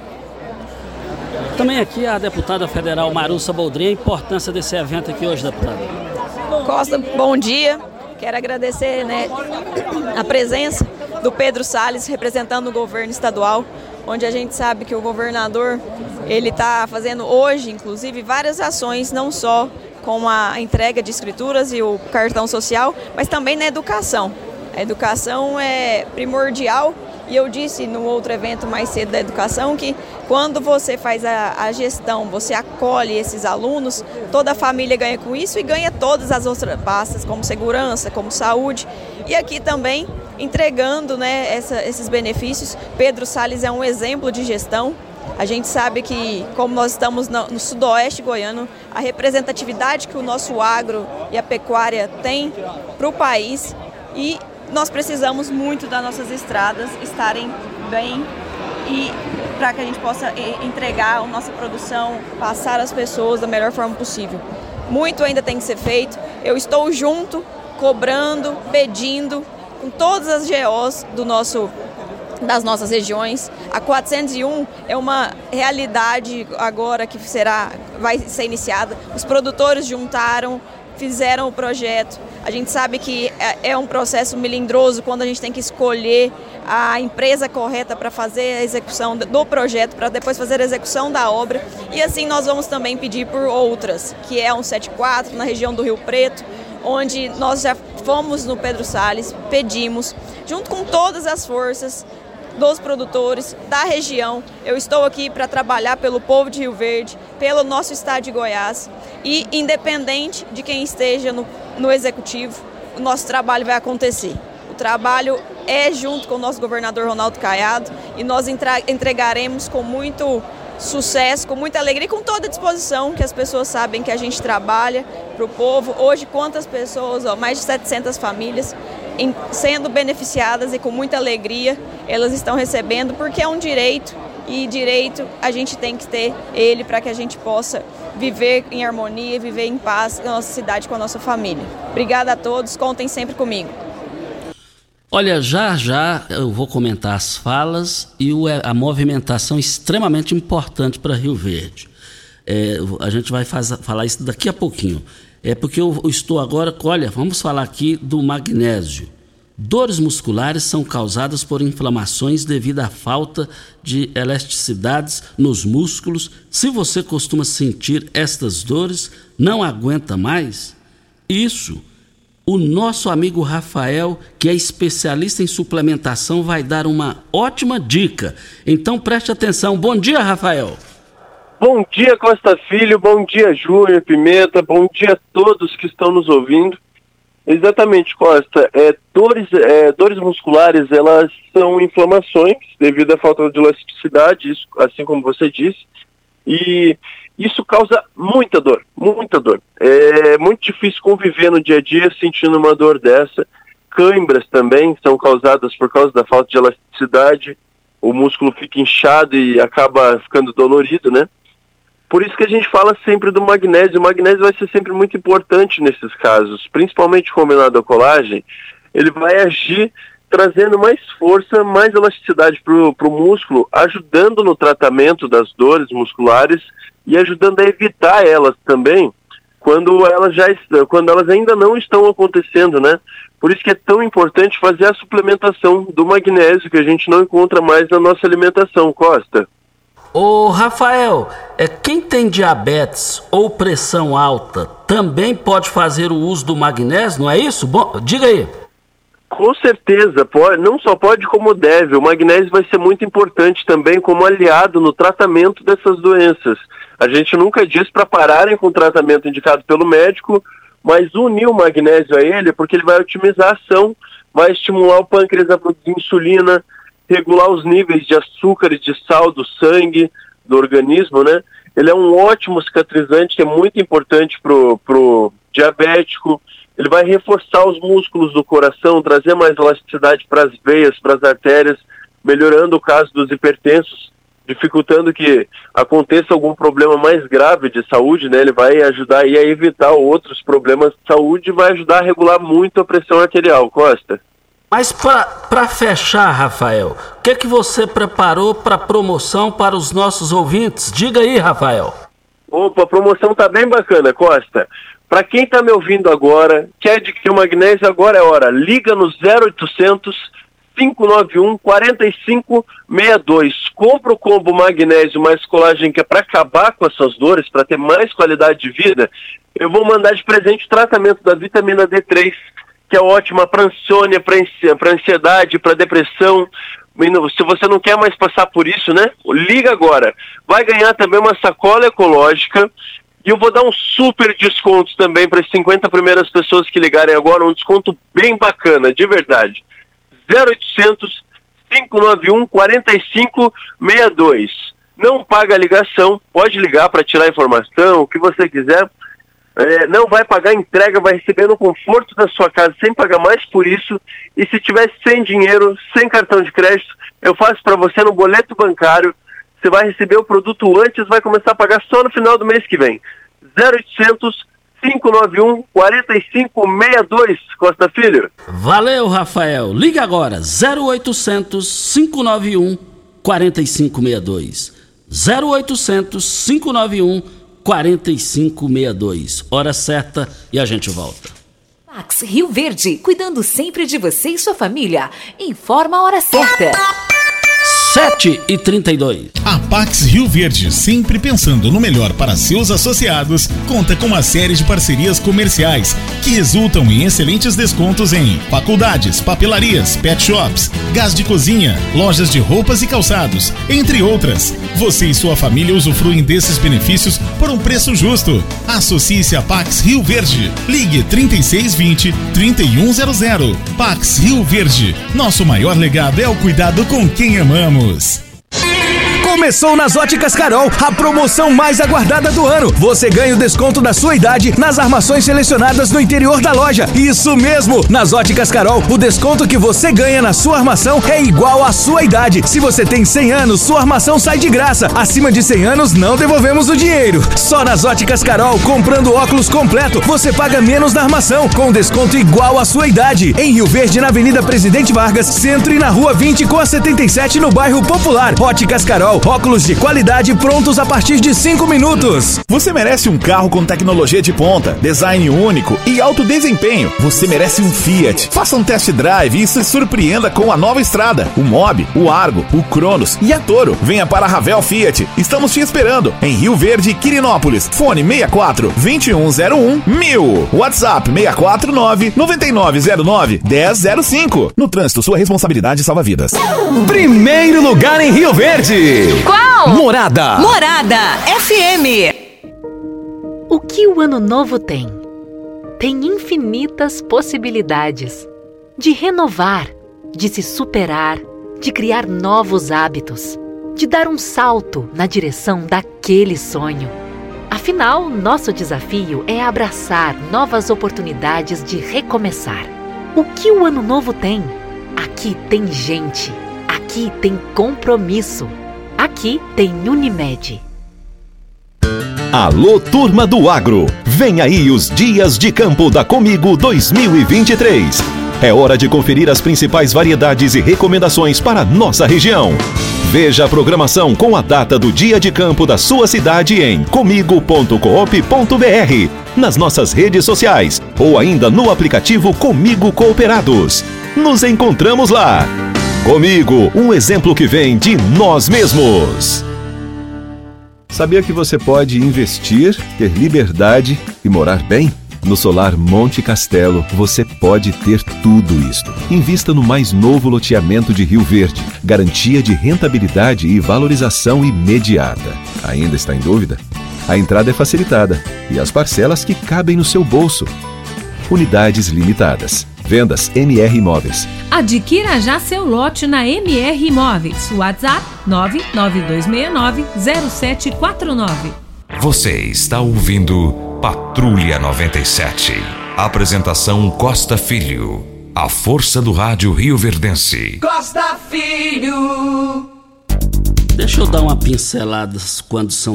Speaker 5: Também aqui a deputada federal Marussa Boldrin, a importância desse evento aqui hoje, deputada.
Speaker 16: Costa, bom dia. Quero agradecer, a presença do Pedro Salles, representando o governo estadual, onde a gente sabe que o governador ele está fazendo hoje, inclusive, várias ações, não só com a entrega de escrituras e o cartão social, mas também na educação. A educação é primordial. E eu disse no outro evento mais cedo da educação que quando você faz a gestão, você acolhe esses alunos, toda a família ganha com isso e ganha todas as outras pastas, como segurança, como saúde. E aqui também entregando esses benefícios. Pedro Salles é um exemplo de gestão. A gente sabe que, como nós estamos no sudoeste goiano, a representatividade que o nosso agro e a pecuária tem para o país e nós precisamos muito das nossas estradas estarem bem e para que a gente possa entregar a nossa produção, passar às pessoas da melhor forma possível. Muito ainda tem que ser feito. Eu estou junto, cobrando, pedindo, com todas as GOs das nossas regiões. A 401 é uma realidade agora que vai ser iniciada. Os produtores juntaram, fizeram o projeto. A gente sabe que é um processo melindroso quando a gente tem que escolher a empresa correta para fazer a execução do projeto, para depois fazer a execução da obra. E assim nós vamos também pedir por outras, que é a 174 na região do Rio Preto, onde nós já fomos no Pedro Salles, pedimos, junto com todas as forças dos produtores da região. Eu estou aqui para trabalhar pelo povo de Rio Verde, pelo nosso estado de Goiás e independente de quem esteja no executivo, o nosso trabalho vai acontecer. O trabalho é junto com o nosso governador Ronaldo Caiado e nós entregaremos com muito sucesso, com muita alegria e com toda a disposição, que as pessoas sabem que a gente trabalha para o povo. Hoje, quantas pessoas, mais de 700 famílias sendo beneficiadas e com muita alegria elas estão recebendo, porque é um direito e direito a gente tem que ter ele para que a gente possa viver em harmonia, viver em paz na nossa cidade com a nossa família. Obrigada a todos, contem sempre comigo.
Speaker 5: Olha, já eu vou comentar as falas e a movimentação extremamente importante para Rio Verde. A gente vai falar isso daqui a pouquinho. É porque eu estou agora, olha, vamos falar aqui do magnésio. Dores musculares são causadas por inflamações devido à falta de elasticidades nos músculos. Se você costuma sentir estas dores, não aguenta mais, o nosso amigo Rafael, que é especialista em suplementação, vai dar uma ótima dica. Então preste atenção. Bom dia, Rafael.
Speaker 17: Bom dia, Costa Filho, bom dia, Júnior Pimenta, bom dia a todos que estão nos ouvindo. Exatamente, Costa, dores musculares, elas são inflamações devido à falta de elasticidade, isso, assim como você disse, e isso causa muita dor, muita dor. É muito difícil conviver no dia a dia sentindo uma dor dessa. Cãibras também são causadas por causa da falta de elasticidade, o músculo fica inchado e acaba ficando dolorido, né? Por isso que a gente fala sempre do magnésio. O magnésio vai ser sempre muito importante nesses casos, principalmente combinado à colagem. Ele vai agir trazendo mais força, mais elasticidade para o músculo, ajudando no tratamento das dores musculares e ajudando a evitar elas também quando elas ainda não estão acontecendo, né? Por isso que é tão importante fazer a suplementação do magnésio, que a gente não encontra mais na nossa alimentação, Costa.
Speaker 5: Ô Rafael, quem tem diabetes ou pressão alta também pode fazer o uso do magnésio, não é isso? Bom, diga aí.
Speaker 17: Com certeza, não só pode como deve. O magnésio vai ser muito importante também como aliado no tratamento dessas doenças. A gente nunca diz para pararem com o tratamento indicado pelo médico, mas unir o magnésio a ele porque ele vai otimizar a ação, vai estimular o pâncreas a produzir insulina, regular os níveis de açúcar e de sal do sangue, do organismo, né? Ele é um ótimo cicatrizante que é muito importante pro diabético. Ele vai reforçar os músculos do coração, trazer mais elasticidade para as veias, para as artérias, melhorando o caso dos hipertensos. dificultando que aconteça algum problema mais grave de saúde, né? Ele vai ajudar aí a evitar outros problemas de saúde e vai ajudar a regular muito a pressão arterial, Costa.
Speaker 5: Mas para fechar, Rafael, o que você preparou para promoção para os nossos ouvintes? Diga aí, Rafael.
Speaker 17: Opa, a promoção tá bem bacana, Costa. Para quem tá me ouvindo agora, quer adquirir o magnésio, agora é hora. Liga no 0800 591 4562. Compra o combo magnésio mais colagem, que é para acabar com essas dores, para ter mais qualidade de vida. Eu vou mandar de presente o tratamento da vitamina D3, que é ótima para insônia, para ansiedade, para depressão. Se você não quer mais passar por isso, né? Liga agora. Vai ganhar também uma sacola ecológica. E eu vou dar um super desconto também para as 50 primeiras pessoas que ligarem agora. Um desconto bem bacana, de verdade. 0800 591 4562. Não paga a ligação, pode ligar para tirar informação, o que você quiser. Não vai pagar a entrega, vai receber no conforto da sua casa sem pagar mais por isso. E se tiver sem dinheiro, sem cartão de crédito, eu faço para você no boleto bancário. Você vai receber o produto antes, vai começar a pagar só no final do mês que vem. 0800 591 4562, Costa Filho.
Speaker 5: Valeu, Rafael. Liga agora, 0800 591 4562. 0800 591 4562. Hora certa e a gente volta.
Speaker 1: Pax Rio Verde, cuidando sempre de você e sua família. Informa a hora certa.
Speaker 10: 7h32. A Pax Rio Verde, sempre pensando no melhor para seus associados, conta com uma série de parcerias comerciais que resultam em excelentes descontos em faculdades, papelarias, pet shops, gás de cozinha, lojas de roupas e calçados, entre outras. Você e sua família usufruem desses benefícios por um preço justo. Associe-se a Pax Rio Verde. Ligue 3620-3100. Pax Rio Verde. Nosso maior legado é o cuidado com quem amamos.
Speaker 18: Começou nas Óticas Carol, a promoção mais aguardada do ano. Você ganha o desconto da sua idade nas armações selecionadas no interior da loja. Isso mesmo! Nas Óticas Carol, o desconto que você ganha na sua armação é igual à sua idade. Se você tem 100 anos, sua armação sai de graça. Acima de 100 anos, não devolvemos o dinheiro. Só nas Óticas Carol, comprando óculos completo, você paga menos na armação, com desconto igual à sua idade. Em Rio Verde, na Avenida Presidente Vargas, Centro, e na Rua 20 com a 77 no bairro Popular. Óticas Carol, óculos de qualidade prontos a partir de 5 minutos.
Speaker 10: Você merece um carro com tecnologia de ponta, design único e alto desempenho. Você merece um Fiat. Faça um test drive e se surpreenda com a nova Estrada, o Mobi, o Argo, o Cronos e a Toro. Venha para a Ravel Fiat. Estamos te esperando em Rio Verde, Quirinópolis. Fone 64 2101 1000. WhatsApp 649 9909 1005. No trânsito, sua responsabilidade salva vidas.
Speaker 18: Primeiro lugar em Rio Verde.
Speaker 1: Qual?
Speaker 18: Morada.
Speaker 1: Morada FM.
Speaker 19: O que o Ano Novo tem? Tem infinitas possibilidades de renovar, de se superar, de criar novos hábitos, de dar um salto na direção daquele sonho. Afinal, nosso desafio é abraçar novas oportunidades de recomeçar. O que o Ano Novo tem? Aqui tem gente. Aqui tem compromisso. Aqui tem Unimed.
Speaker 4: Alô, turma do agro! Vem aí os Dias de Campo da Comigo 2023. É hora de conferir as principais variedades e recomendações para nossa região. Veja a programação com a data do Dia de Campo da sua cidade em comigo.coop.br, nas nossas redes sociais ou ainda no aplicativo Comigo Cooperados. Nos encontramos lá! Comigo, um exemplo que vem de nós mesmos.
Speaker 11: Sabia que você pode investir, ter liberdade e morar bem? No Solar Monte Castelo, você pode ter tudo isto. Invista no mais novo loteamento de Rio Verde. Garantia de rentabilidade e valorização imediata. Ainda está em dúvida? A entrada é facilitada e as parcelas que cabem no seu bolso. Unidades limitadas. Vendas MR Imóveis.
Speaker 9: Adquira já seu lote na MR Imóveis. WhatsApp 99269-0749.
Speaker 12: Você está ouvindo Patrulha 97. Apresentação Costa Filho. A força do rádio rioverdense.
Speaker 2: Costa Filho.
Speaker 5: Deixa eu dar uma pincelada quando são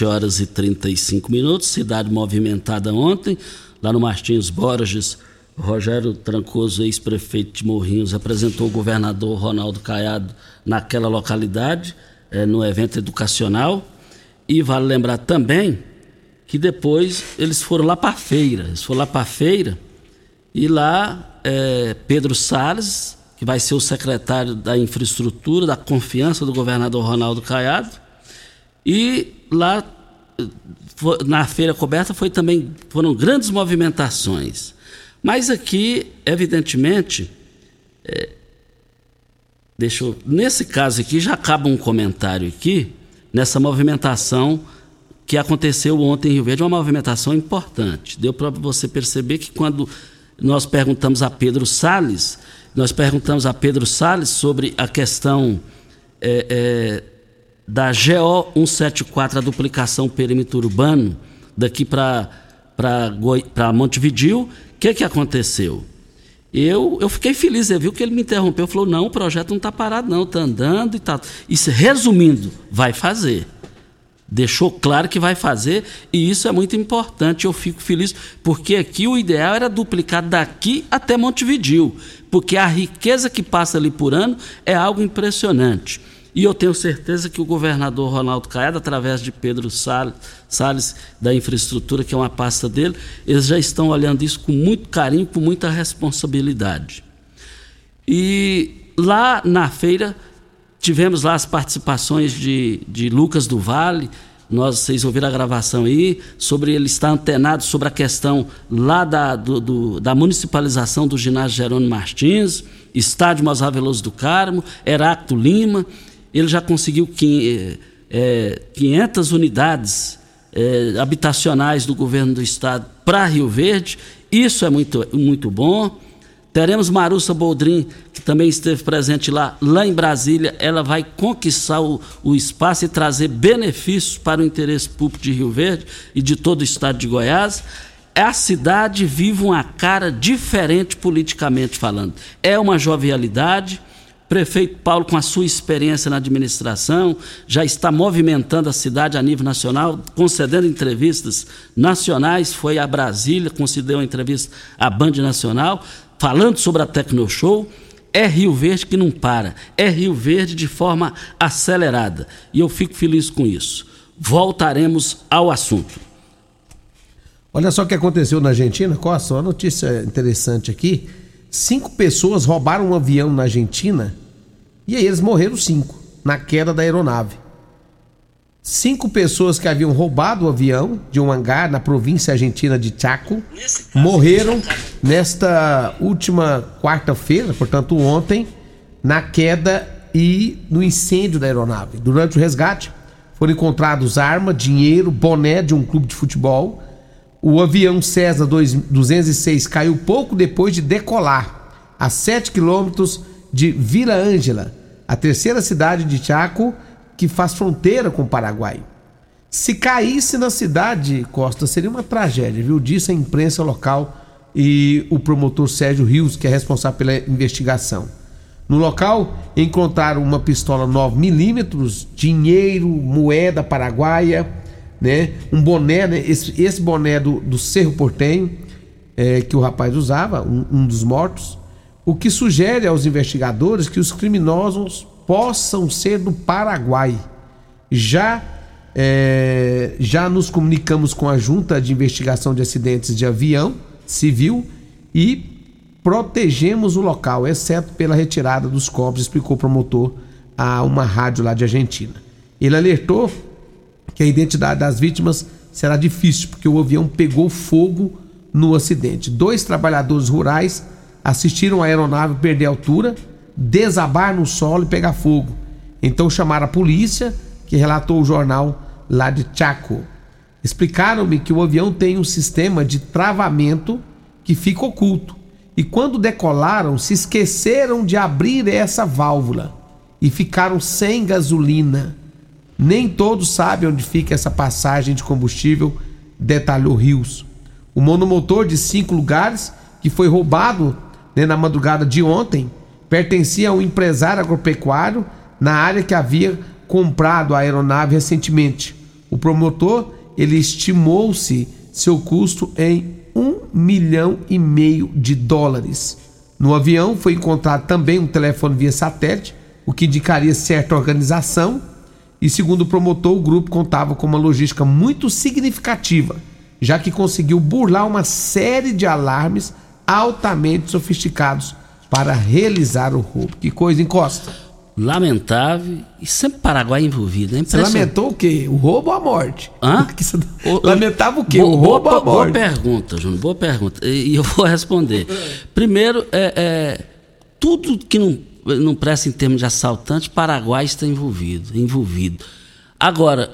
Speaker 5: 7h35, cidade movimentada ontem, lá no Martins Borges. Rogério Trancoso, ex-prefeito de Morrinhos, apresentou o governador Ronaldo Caiado naquela localidade, no evento educacional. E vale lembrar também que depois eles foram lá para a feira. E lá Pedro Salles, que vai ser o secretário da infraestrutura, da confiança do governador Ronaldo Caiado. E lá na feira coberta foram grandes movimentações. Mas aqui, evidentemente, nesse caso aqui, já acaba um comentário aqui, nessa movimentação que aconteceu ontem em Rio Verde, uma movimentação importante. Deu para você perceber que quando nós perguntamos a Pedro Salles sobre a questão da GO 174, a duplicação perímetro urbano, daqui para Montevidéu. O que aconteceu? Eu fiquei feliz, você viu que ele me interrompeu, falou, não, o projeto não está parado não, está andando e tal. Isso, resumindo, vai fazer. Deixou claro que vai fazer, e isso é muito importante. Eu fico feliz, porque aqui o ideal era duplicar daqui até Montevidéu, porque a riqueza que passa ali por ano é algo impressionante. E eu tenho certeza que o governador Ronaldo Caiado, através de Pedro Salles, da infraestrutura, que é uma pasta dele, eles já estão olhando isso com muito carinho, com muita responsabilidade. E lá na feira, tivemos lá as participações de Lucas do Vale. Vocês ouviram a gravação aí, sobre ele estar antenado sobre a questão lá da municipalização do ginásio Jerônimo Martins, estádio Mozar Veloso do Carmo, Heráclito Lima. Ele já conseguiu 500 unidades habitacionais do governo do estado para Rio Verde. Isso é muito, muito bom. Teremos Marussa Boldrin, que também esteve presente lá em Brasília. Ela vai conquistar o espaço e trazer benefícios para o interesse público de Rio Verde e de todo o estado de Goiás. A cidade vive uma cara diferente politicamente falando. É uma jovialidade. Prefeito Paulo, com a sua experiência na administração, já está movimentando a cidade a nível nacional, concedendo entrevistas nacionais. Foi a Brasília, concedeu uma entrevista à Band Nacional, falando sobre a Tecnoshow. É Rio Verde que não para, é Rio Verde de forma acelerada. E eu fico feliz com isso. Voltaremos ao assunto.
Speaker 7: Olha só o que aconteceu na Argentina, Costa, uma notícia interessante aqui. 5 pessoas roubaram um avião na Argentina e aí eles morreram 5 na queda da aeronave. 5 pessoas que haviam roubado o avião de um hangar na província argentina de Chaco morreram nesta última quarta-feira, portanto ontem, na queda e no incêndio da aeronave. Durante o resgate foram encontrados arma, dinheiro, boné de um clube de futebol. O avião Cessna 206 caiu pouco depois de decolar, a 7 quilômetros de Vila Ângela, a terceira cidade de Chaco, que faz fronteira com o Paraguai. Se caísse na cidade, Costa, seria uma tragédia, viu? Disse a imprensa local e o promotor Sérgio Rios, que é responsável pela investigação. No local, encontraram uma pistola 9mm, dinheiro, moeda paraguaia, né? Um boné, né? Esse boné do Cerro Portenho, que o rapaz usava, um dos mortos, o que sugere aos investigadores que os criminosos possam ser do Paraguai. Já nos comunicamos com a Junta de Investigação de Acidentes de Avião Civil e protegemos o local, exceto pela retirada dos corpos, explicou o promotor a uma rádio lá de Argentina. Ele alertou que a identidade das vítimas será difícil, porque o avião pegou fogo no acidente. 2 trabalhadores rurais assistiram a aeronave perder altura, desabar no solo e pegar fogo. Então chamaram a polícia, que relatou o jornal lá de Chaco. Explicaram-me que o avião tem um sistema de travamento que fica oculto. E quando decolaram, se esqueceram de abrir essa válvula e ficaram sem gasolina. Nem todos sabem onde fica essa passagem de combustível, detalhou Rios. O monomotor de 5 lugares, que foi roubado, né, na madrugada de ontem, pertencia a um empresário agropecuário na área que havia comprado a aeronave recentemente. O promotor, ele estimou-se seu custo em $1,5 milhão de dólares. No avião foi encontrado também um telefone via satélite, o que indicaria certa organização, e segundo o promotor, o grupo contava com uma logística muito significativa, já que conseguiu burlar uma série de alarmes altamente sofisticados para realizar o roubo. Que coisa, hein, Costa?
Speaker 5: Lamentável, e sempre Paraguai envolvido, hein?
Speaker 7: Você lamentou o quê? O roubo ou a morte?
Speaker 5: Hã?
Speaker 7: Lamentava o quê? O roubo ou a morte?
Speaker 5: Boa pergunta, Júnior, boa pergunta. E eu vou responder. Primeiro, tudo que não presta em termos de assaltante, Paraguai está envolvido. Agora,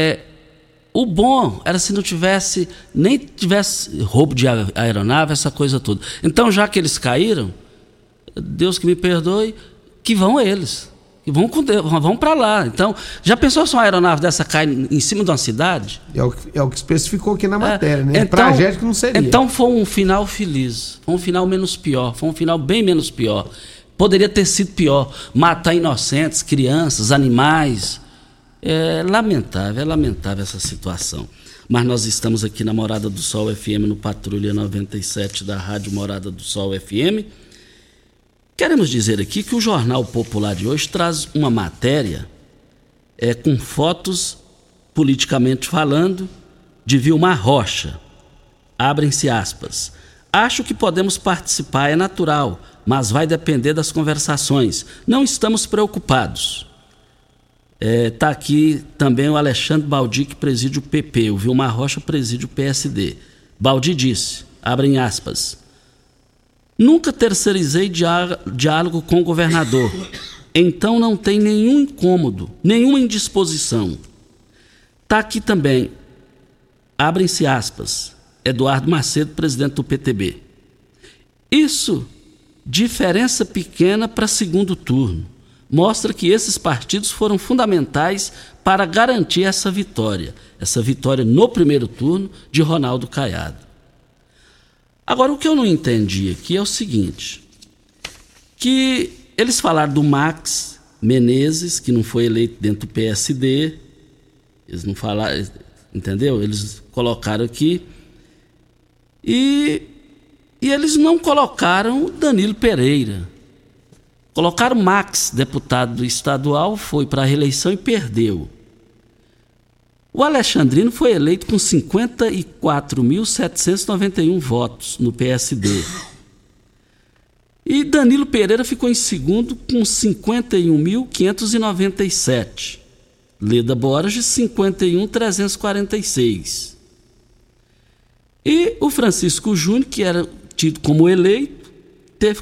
Speaker 5: o bom era se não tivesse, nem tivesse roubo de aeronave, essa coisa toda. Então, já que eles caíram, Deus que me perdoe, que vão eles. E vão para lá. Então, já pensou se uma aeronave dessa cai em cima de uma cidade?
Speaker 7: É o que especificou aqui na matéria, né? Então, tragédia que não seria.
Speaker 5: Então foi um final feliz, foi um final menos pior, foi um final bem menos pior. Poderia ter sido pior, matar inocentes, crianças, animais. É lamentável essa situação. Mas nós estamos aqui na Morada do Sol FM, no Patrulha 97 da Rádio Morada do Sol FM. Queremos dizer aqui que o Jornal Popular de hoje traz uma matéria com fotos, politicamente falando, de Vilmar Rocha. Abrem-se aspas. Acho que podemos participar, é natural, mas vai depender das conversações. Não estamos preocupados. Está aqui também o Alexandre Baldi, que preside o PP. O Vilmar Rocha preside o PSD. Baldi disse, abrem aspas, nunca terceirizei diálogo com o governador, então não tem nenhum incômodo, nenhuma indisposição. Está aqui também, abrem-se aspas, Eduardo Macedo, presidente do PTB. Isso, diferença pequena para segundo turno, mostra que esses partidos foram fundamentais para garantir essa vitória no primeiro turno de Ronaldo Caiado. Agora, o que eu não entendi aqui é o seguinte, que eles falaram do Max Menezes, que não foi eleito dentro do PSD, eles não falaram, entendeu? Eles colocaram aqui, e eles não colocaram Danilo Pereira. Colocaram Max, deputado estadual, foi para a reeleição e perdeu. O Alexandrino foi eleito com 54.791 votos no PSD. E Danilo Pereira ficou em segundo com 51.597. Leda Borges, 51.346. E o Francisco Júnior, que era tido como eleito, teve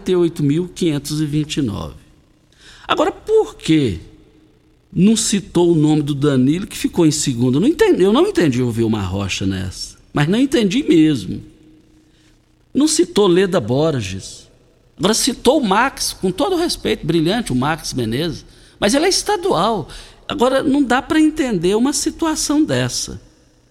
Speaker 5: 48.529. Agora, por quê? Não citou o nome do Danilo, que ficou em segundo. Eu não entendi o Vilmar Rocha nessa, mas não entendi mesmo. Não citou Leda Borges. Agora citou o Max, com todo o respeito, brilhante, o Max Menezes, mas ele é estadual. Agora, não dá para entender uma situação dessa.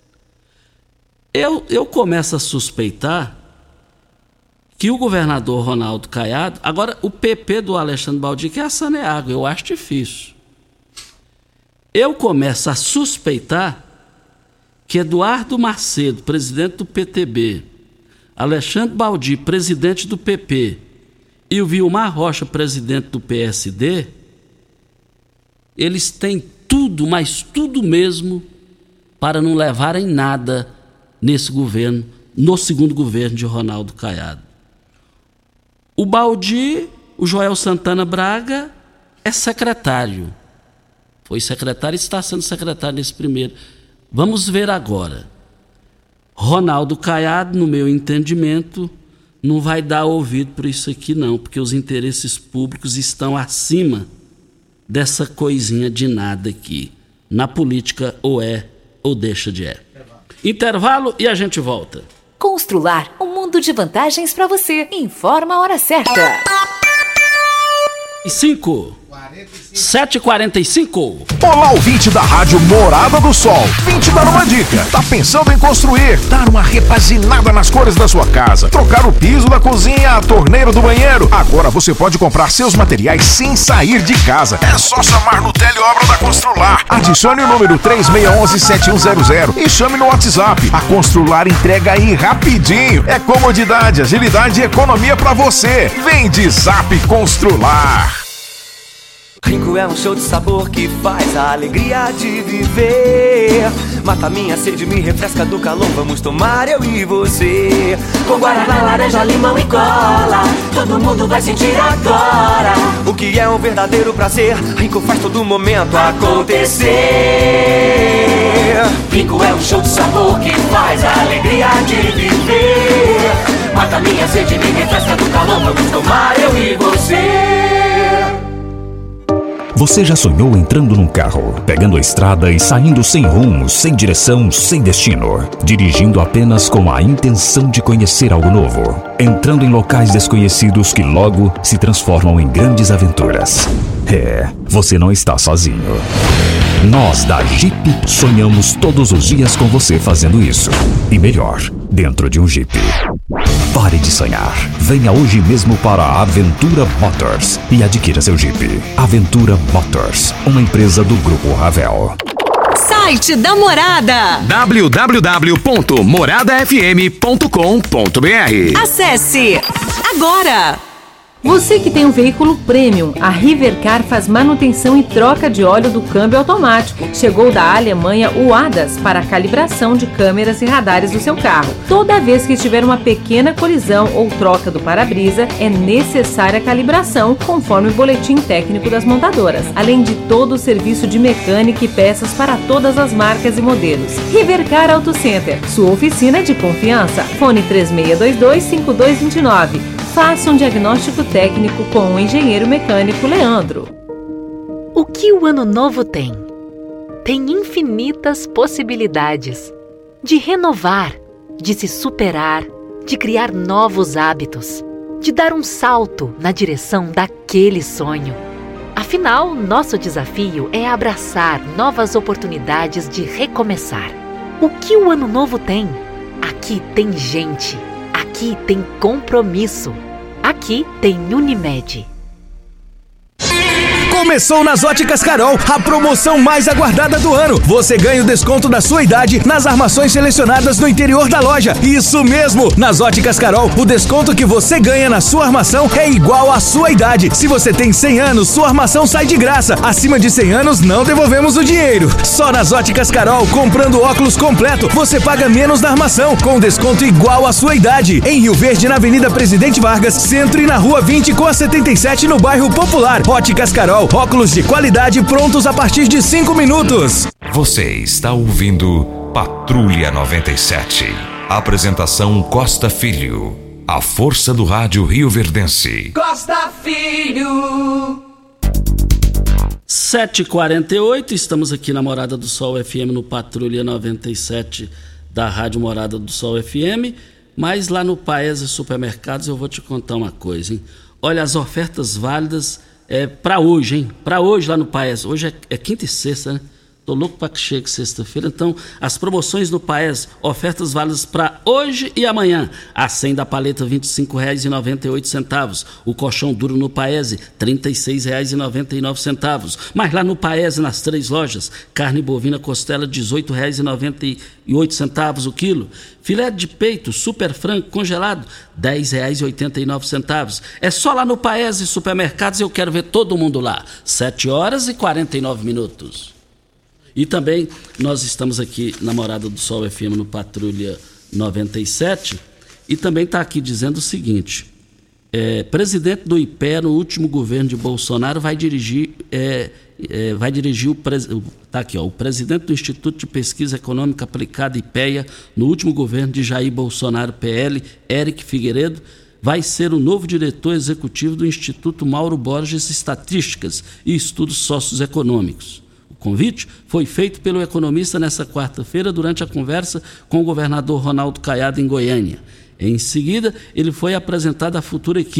Speaker 5: Eu começo a suspeitar que o governador Ronaldo Caiado, agora o PP do Alexandre Baldi, que é a Saneago, eu acho difícil. Eu começo a suspeitar que Eduardo Macedo, presidente do PTB, Alexandre Baldi, presidente do PP, e o Vilmar Rocha, presidente do PSD, eles têm tudo, mas tudo mesmo, para não levarem nada nesse governo, no segundo governo de Ronaldo Caiado. O Baldi, o Joel Santana Braga, é secretário. Foi secretário e está sendo secretário nesse primeiro. Vamos ver agora. Ronaldo Caiado, no meu entendimento, não vai dar ouvido por isso aqui não, porque os interesses públicos estão acima dessa coisinha de nada aqui. Na política ou é ou deixa de é. Intervalo e a gente volta.
Speaker 1: Constrular um mundo de vantagens para você. Informa a hora certa.
Speaker 5: 5. 7h45.
Speaker 20: Olá, ouvinte da Rádio Morada do Sol. Vim te dar uma dica. Tá pensando em construir, dar uma repaginada nas cores da sua casa, trocar o piso da cozinha, a torneira do banheiro? Agora você pode comprar seus materiais sem sair de casa. É só chamar no Teleobra da Constrular. Adicione o número 3611-7100 e chame no WhatsApp. A Constrular entrega aí rapidinho. É comodidade, agilidade e economia pra você. Vem de Zap Constrular.
Speaker 2: Rinco é um show de sabor que faz a alegria de viver. Mata minha sede, me refresca do calor. Vamos tomar eu e você. Com guaraná, laranja, limão e cola. Todo mundo vai sentir agora o que é um verdadeiro prazer. Rinco faz todo momento acontecer. Rinco é um show de sabor que faz a alegria de viver. Mata minha sede, me refresca do calor. Vamos tomar eu e você.
Speaker 21: Você já sonhou entrando num carro, pegando a estrada e saindo sem rumo, sem direção, sem destino, dirigindo apenas com a intenção de conhecer algo novo, entrando em locais desconhecidos que logo se transformam em grandes aventuras? Você não está sozinho. Nós da Jeep sonhamos todos os dias com você fazendo isso. E melhor, dentro de um Jeep. Pare de sonhar. Venha hoje mesmo para a Aventura Motors e adquira seu Jeep. Aventura Motors, uma empresa do Grupo Ravel.
Speaker 22: Site da Morada: www.moradafm.com.br. Acesse agora!
Speaker 9: Você que tem um veículo premium, a Rivercar faz manutenção e troca de óleo do câmbio automático. Chegou da Alemanha o ADAS para a calibração de câmeras e radares do seu carro. Toda vez que tiver uma pequena colisão ou troca do para-brisa, é necessária a calibração, conforme o boletim técnico das montadoras. Além de todo o serviço de mecânica e peças para todas as marcas e modelos. Rivercar Auto Center, sua oficina de confiança. Fone 3622-5229. Faça um diagnóstico técnico com o engenheiro mecânico Leandro.
Speaker 19: O que o ano novo tem? Tem infinitas possibilidades de renovar, de se superar, de criar novos hábitos, de dar um salto na direção daquele sonho. Afinal, nosso desafio é abraçar novas oportunidades de recomeçar. O que o ano novo tem? Aqui tem gente. Aqui tem compromisso. Aqui tem Unimed.
Speaker 18: Começou nas Óticas Carol, a promoção mais aguardada do ano. Você ganha o desconto da sua idade nas armações selecionadas no interior da loja. Isso mesmo! Nas Óticas Carol, o desconto que você ganha na sua armação é igual à sua idade. Se você tem 100 anos, sua armação sai de graça. Acima de 100 anos, não devolvemos o dinheiro. Só nas Óticas Carol, comprando óculos completo, você paga menos na armação, com desconto igual à sua idade. Em Rio Verde, na Avenida Presidente Vargas, Centro, e na Rua 20 com a 77 no bairro Popular. Óticas Carol, óculos de qualidade prontos a partir de 5 minutos.
Speaker 12: Você está ouvindo Patrulha 97. Apresentação Costa Filho. A força do rádio rioverdense.
Speaker 2: Costa Filho.
Speaker 5: 7h48, estamos aqui na Morada do Sol FM, no Patrulha 97 da Rádio Morada do Sol FM. Mas lá no Paese Supermercados eu vou te contar uma coisa, hein? Olha, as ofertas válidas para hoje, hein? Para hoje lá no Paese. Hoje é quinta e sexta, né? Tô louco para que chegue sexta-feira. Então, as promoções no Paese, ofertas válidas para hoje e amanhã. A 100 da paleta, R$ 25,98. O colchão duro no Paese, R$ 36,99. Mas lá no Paese, nas 3 lojas, carne bovina costela, R$ 18,98 o quilo. Filé de peito super frango congelado, R$ 10,89. É só lá no Paese Supermercados, eu quero ver todo mundo lá. 7h49. E também nós estamos aqui na Morada do Sol FM no Patrulha 97 e também está aqui dizendo o seguinte: presidente do IPEA no último governo de Bolsonaro vai dirigir o presidente do Instituto de Pesquisa Econômica Aplicada IPEA no último governo de Jair Bolsonaro PL, Eric Figueiredo, vai ser o novo diretor executivo do Instituto Mauro Borges Estatísticas e Estudos Socioeconômicos. O convite foi feito pelo economista nesta quarta-feira durante a conversa com o governador Ronaldo Caiado em Goiânia. Em seguida, ele foi apresentado à futura equipe.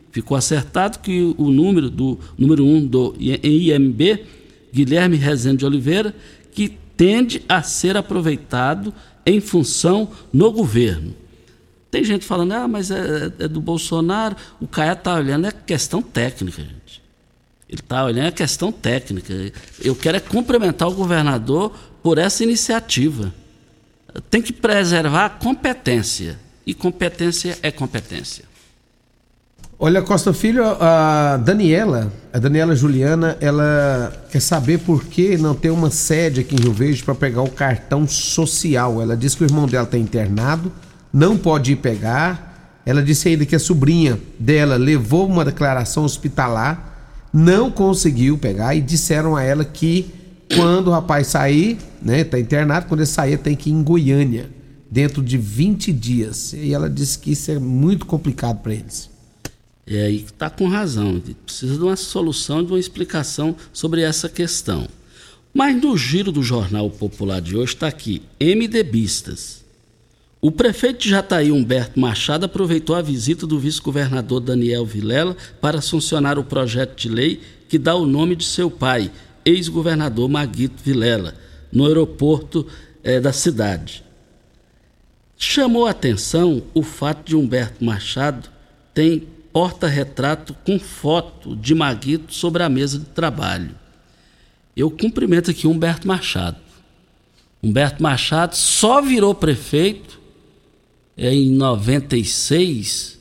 Speaker 5: ficou acertado que o número 1 do IMB, Guilherme Rezende de Oliveira, que tende a ser aproveitado em função no governo. Tem gente falando, mas é do Bolsonaro. O Caiado está olhando, é questão técnica, gente. Ele está olhando, é questão técnica. Eu quero é cumprimentar o governador por essa iniciativa. Tem que preservar a competência. E competência é competência.
Speaker 7: Olha, Costa Filho, a Daniela Juliana, ela quer saber por que não tem uma sede aqui em Rio Verde para pegar o cartão social. Ela disse que o irmão dela está internado, não pode ir pegar. Ela disse ainda que a sobrinha dela levou uma declaração hospitalar, não conseguiu pegar e disseram a ela que quando o rapaz sair, né, tá internado, quando ele sair tem que ir em Goiânia, dentro de 20 dias. E ela disse que isso é muito complicado para eles.
Speaker 5: E aí está com razão, precisa de uma solução, de uma explicação sobre essa questão. Mas no giro do Jornal Popular de hoje está aqui, MDBistas. O prefeito de Jataí, Humberto Machado, aproveitou a visita do vice-governador Daniel Vilela para sancionar o projeto de lei que dá o nome de seu pai, ex-governador Maguito Vilela, no aeroporto da cidade. Chamou a atenção o fato de Humberto Machado ter porta-retrato com foto de Maguito sobre a mesa de trabalho. Eu cumprimento aqui Humberto Machado. Humberto Machado só virou prefeito em 96,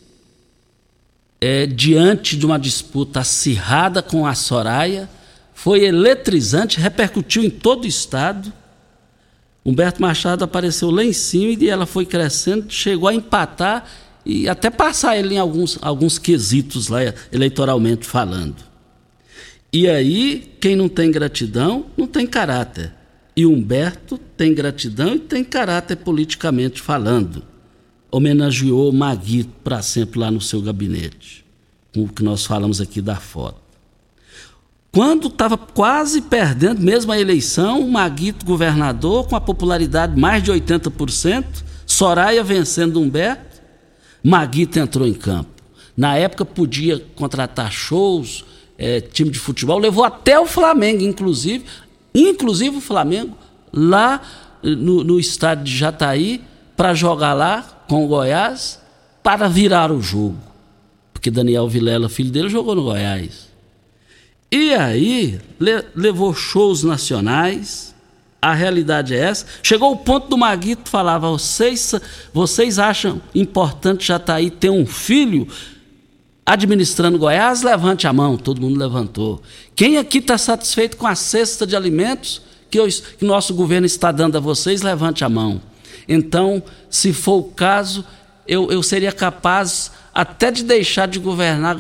Speaker 5: diante de uma disputa acirrada com a Soraya. Foi eletrizante, repercutiu em todo o estado. Humberto Machado apareceu lá em cima e ela foi crescendo, chegou a empatar e até passar ele em alguns quesitos lá, eleitoralmente falando. E aí, quem não tem gratidão, não tem caráter. E Humberto tem gratidão e tem caráter politicamente falando. Homenageou Maguito para sempre lá no seu gabinete, com o que nós falamos aqui da foto. Quando estava quase perdendo mesmo a eleição, o Maguito governador, com a popularidade mais de 80%, Soraya vencendo Humberto, Maguito entrou em campo. Na época podia contratar shows, time de futebol, levou até o Flamengo, inclusive o Flamengo, lá no estádio de Jataí, para jogar lá com o Goiás, para virar o jogo. Porque Daniel Vilela, filho dele, jogou no Goiás. E aí, levou shows nacionais, a realidade é essa. Chegou o ponto do Maguito, falava, vocês acham importante Jataí ter um filho administrando Goiás? Levante a mão. Todo mundo levantou. Quem aqui está satisfeito com a cesta de alimentos que nosso governo está dando a vocês? Levante a mão. Então, se for o caso, eu seria capaz até de deixar de governar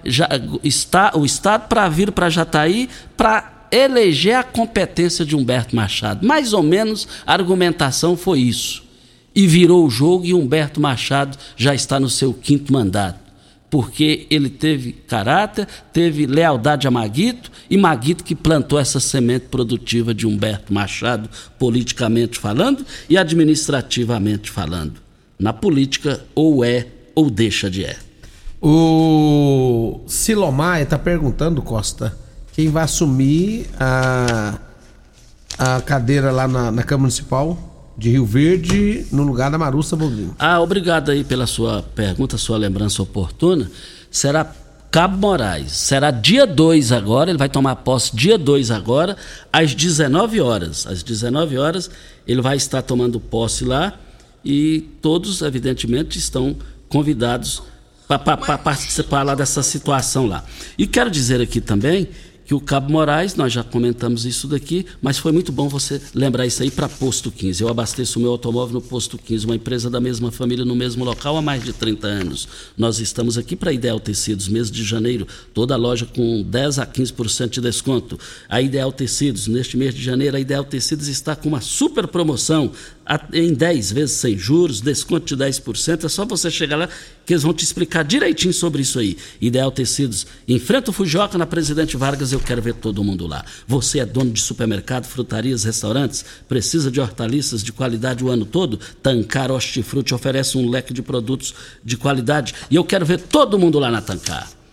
Speaker 5: o Estado para vir para Jataí para eleger a competência de Humberto Machado. Mais ou menos a argumentação foi isso. E virou o jogo e Humberto Machado já está no seu 5º mandato. Porque ele teve caráter, teve lealdade a Maguito, e Maguito que plantou essa semente produtiva de Humberto Machado, politicamente falando e administrativamente falando. Na política, ou é ou deixa de é.
Speaker 7: O Silomar está perguntando, Costa, quem vai assumir a cadeira lá na Câmara Municipal de Rio Verde, no lugar da Marussa Bovino.
Speaker 5: Obrigado aí pela sua pergunta, sua lembrança oportuna. Será Cabo Moraes. Será dia 2 agora, ele vai tomar posse dia 2 agora, às 19 horas. Às 19 horas ele vai estar tomando posse lá e todos, evidentemente, estão convidados para participar lá dessa situação lá. E quero dizer aqui também que o Cabo Moraes, nós já comentamos isso daqui, mas foi muito bom você lembrar isso aí para Posto 15. Eu abasteço o meu automóvel no Posto 15, uma empresa da mesma família no mesmo local há mais de 30 anos. Nós estamos aqui para a Ideal Tecidos, mês de janeiro, toda loja com 10% a 15% de desconto. A Ideal Tecidos, neste mês de janeiro, a Ideal Tecidos está com uma super promoção em 10 vezes sem juros, desconto de 10%, é só você chegar lá que eles vão te explicar direitinho sobre isso aí. Ideal Tecidos, enfrenta o Fujoca na Presidente Vargas, eu quero ver todo mundo lá. Você é dono de supermercado, frutarias, restaurantes, precisa de hortaliças de qualidade o ano todo? Tancar Hortifruti oferece um leque de produtos de qualidade e eu quero ver todo mundo lá na Tancar.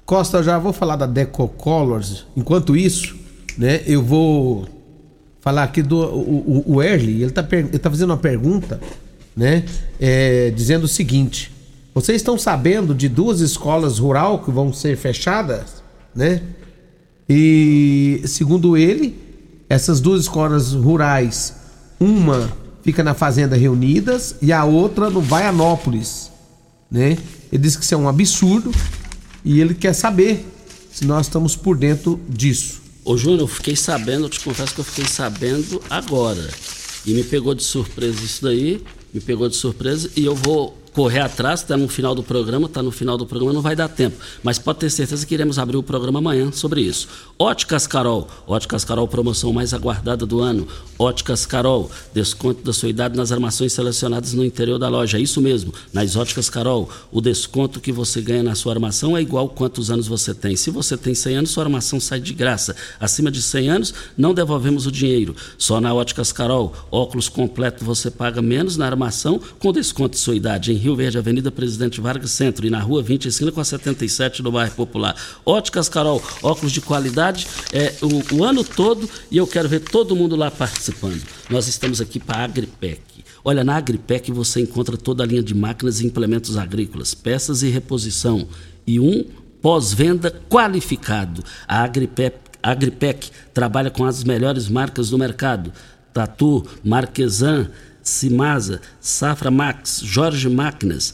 Speaker 7: Costa, eu já vou falar da Decocolors. Enquanto isso, né, eu vou falar aqui do o Erli. Ele tá fazendo uma pergunta, né, dizendo o seguinte: vocês estão sabendo de 2 escolas rural que vão ser fechadas, né? E segundo ele, essas 2 escolas rurais, uma fica na Fazenda Reunidas e a outra no Baianópolis, né? Ele disse que isso é um absurdo e ele quer saber se nós estamos por dentro disso.
Speaker 5: Ô Júnior, eu fiquei sabendo, eu te confesso que eu fiquei sabendo agora. E me pegou de surpresa isso daí, e eu vou correr atrás, tá no final do programa, não vai dar tempo. Mas pode ter certeza que iremos abrir o programa amanhã sobre isso. Óticas Carol, promoção mais aguardada do ano. Óticas Carol, desconto da sua idade nas armações selecionadas no interior da loja. Isso mesmo, nas Óticas Carol, o desconto que você ganha na sua armação é igual quantos anos você tem. Se você tem 100 anos, sua armação sai de graça. Acima de 100 anos, não devolvemos o dinheiro. Só na Óticas Carol, óculos completo você paga menos na armação com desconto de sua idade. Em Rio Verde, Avenida Presidente Vargas Centro, e na Rua 20, esquina com a 77 do bairro Popular. Óticas Carol, óculos de qualidade o ano todo, e eu quero ver todo mundo lá participando. Nós estamos aqui para a Agripec. Olha, na Agripec você encontra toda a linha de máquinas e implementos agrícolas, peças e reposição, e um pós-venda qualificado. A Agripec trabalha com as melhores marcas do mercado: Tatu, Marquesan, Cimasa, Safra Max, Jorge Máquinas,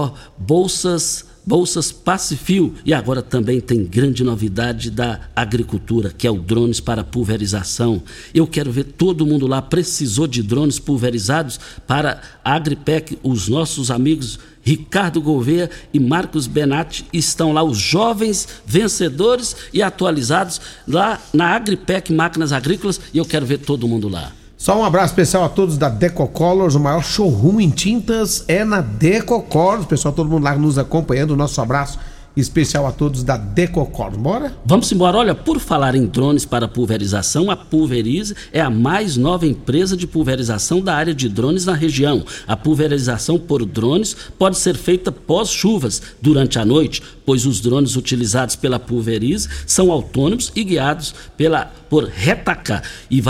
Speaker 5: bolsas Pacifil, e agora também tem grande novidade da agricultura, que é o drones para pulverização. Eu quero ver todo mundo lá. Precisou de drones pulverizados? Para a Agripec, os nossos amigos Ricardo Gouveia e Marcos Benatti estão lá, os jovens vencedores e atualizados lá na Agripec Máquinas Agrícolas, e eu quero ver todo mundo lá.
Speaker 7: Só um abraço especial a todos da Decocolors, o maior showroom em tintas é na Decocolors. Pessoal, todo mundo lá nos acompanhando, nosso abraço especial a todos da Decocolors. Bora?
Speaker 5: Vamos embora. Olha, por falar em drones para pulverização, a Pulverize é a mais nova empresa de pulverização da área de drones na região. A pulverização por drones pode ser feita pós-chuvas, durante a noite, pois os drones utilizados pela Pulverize são autônomos e guiados por RTK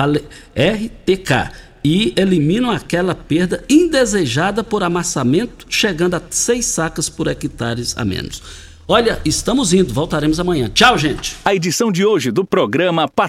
Speaker 5: e eliminam aquela perda indesejada por amassamento, chegando a 6 sacas por hectares a menos. Olha, estamos indo, voltaremos amanhã. Tchau, gente.
Speaker 21: A edição de hoje do programa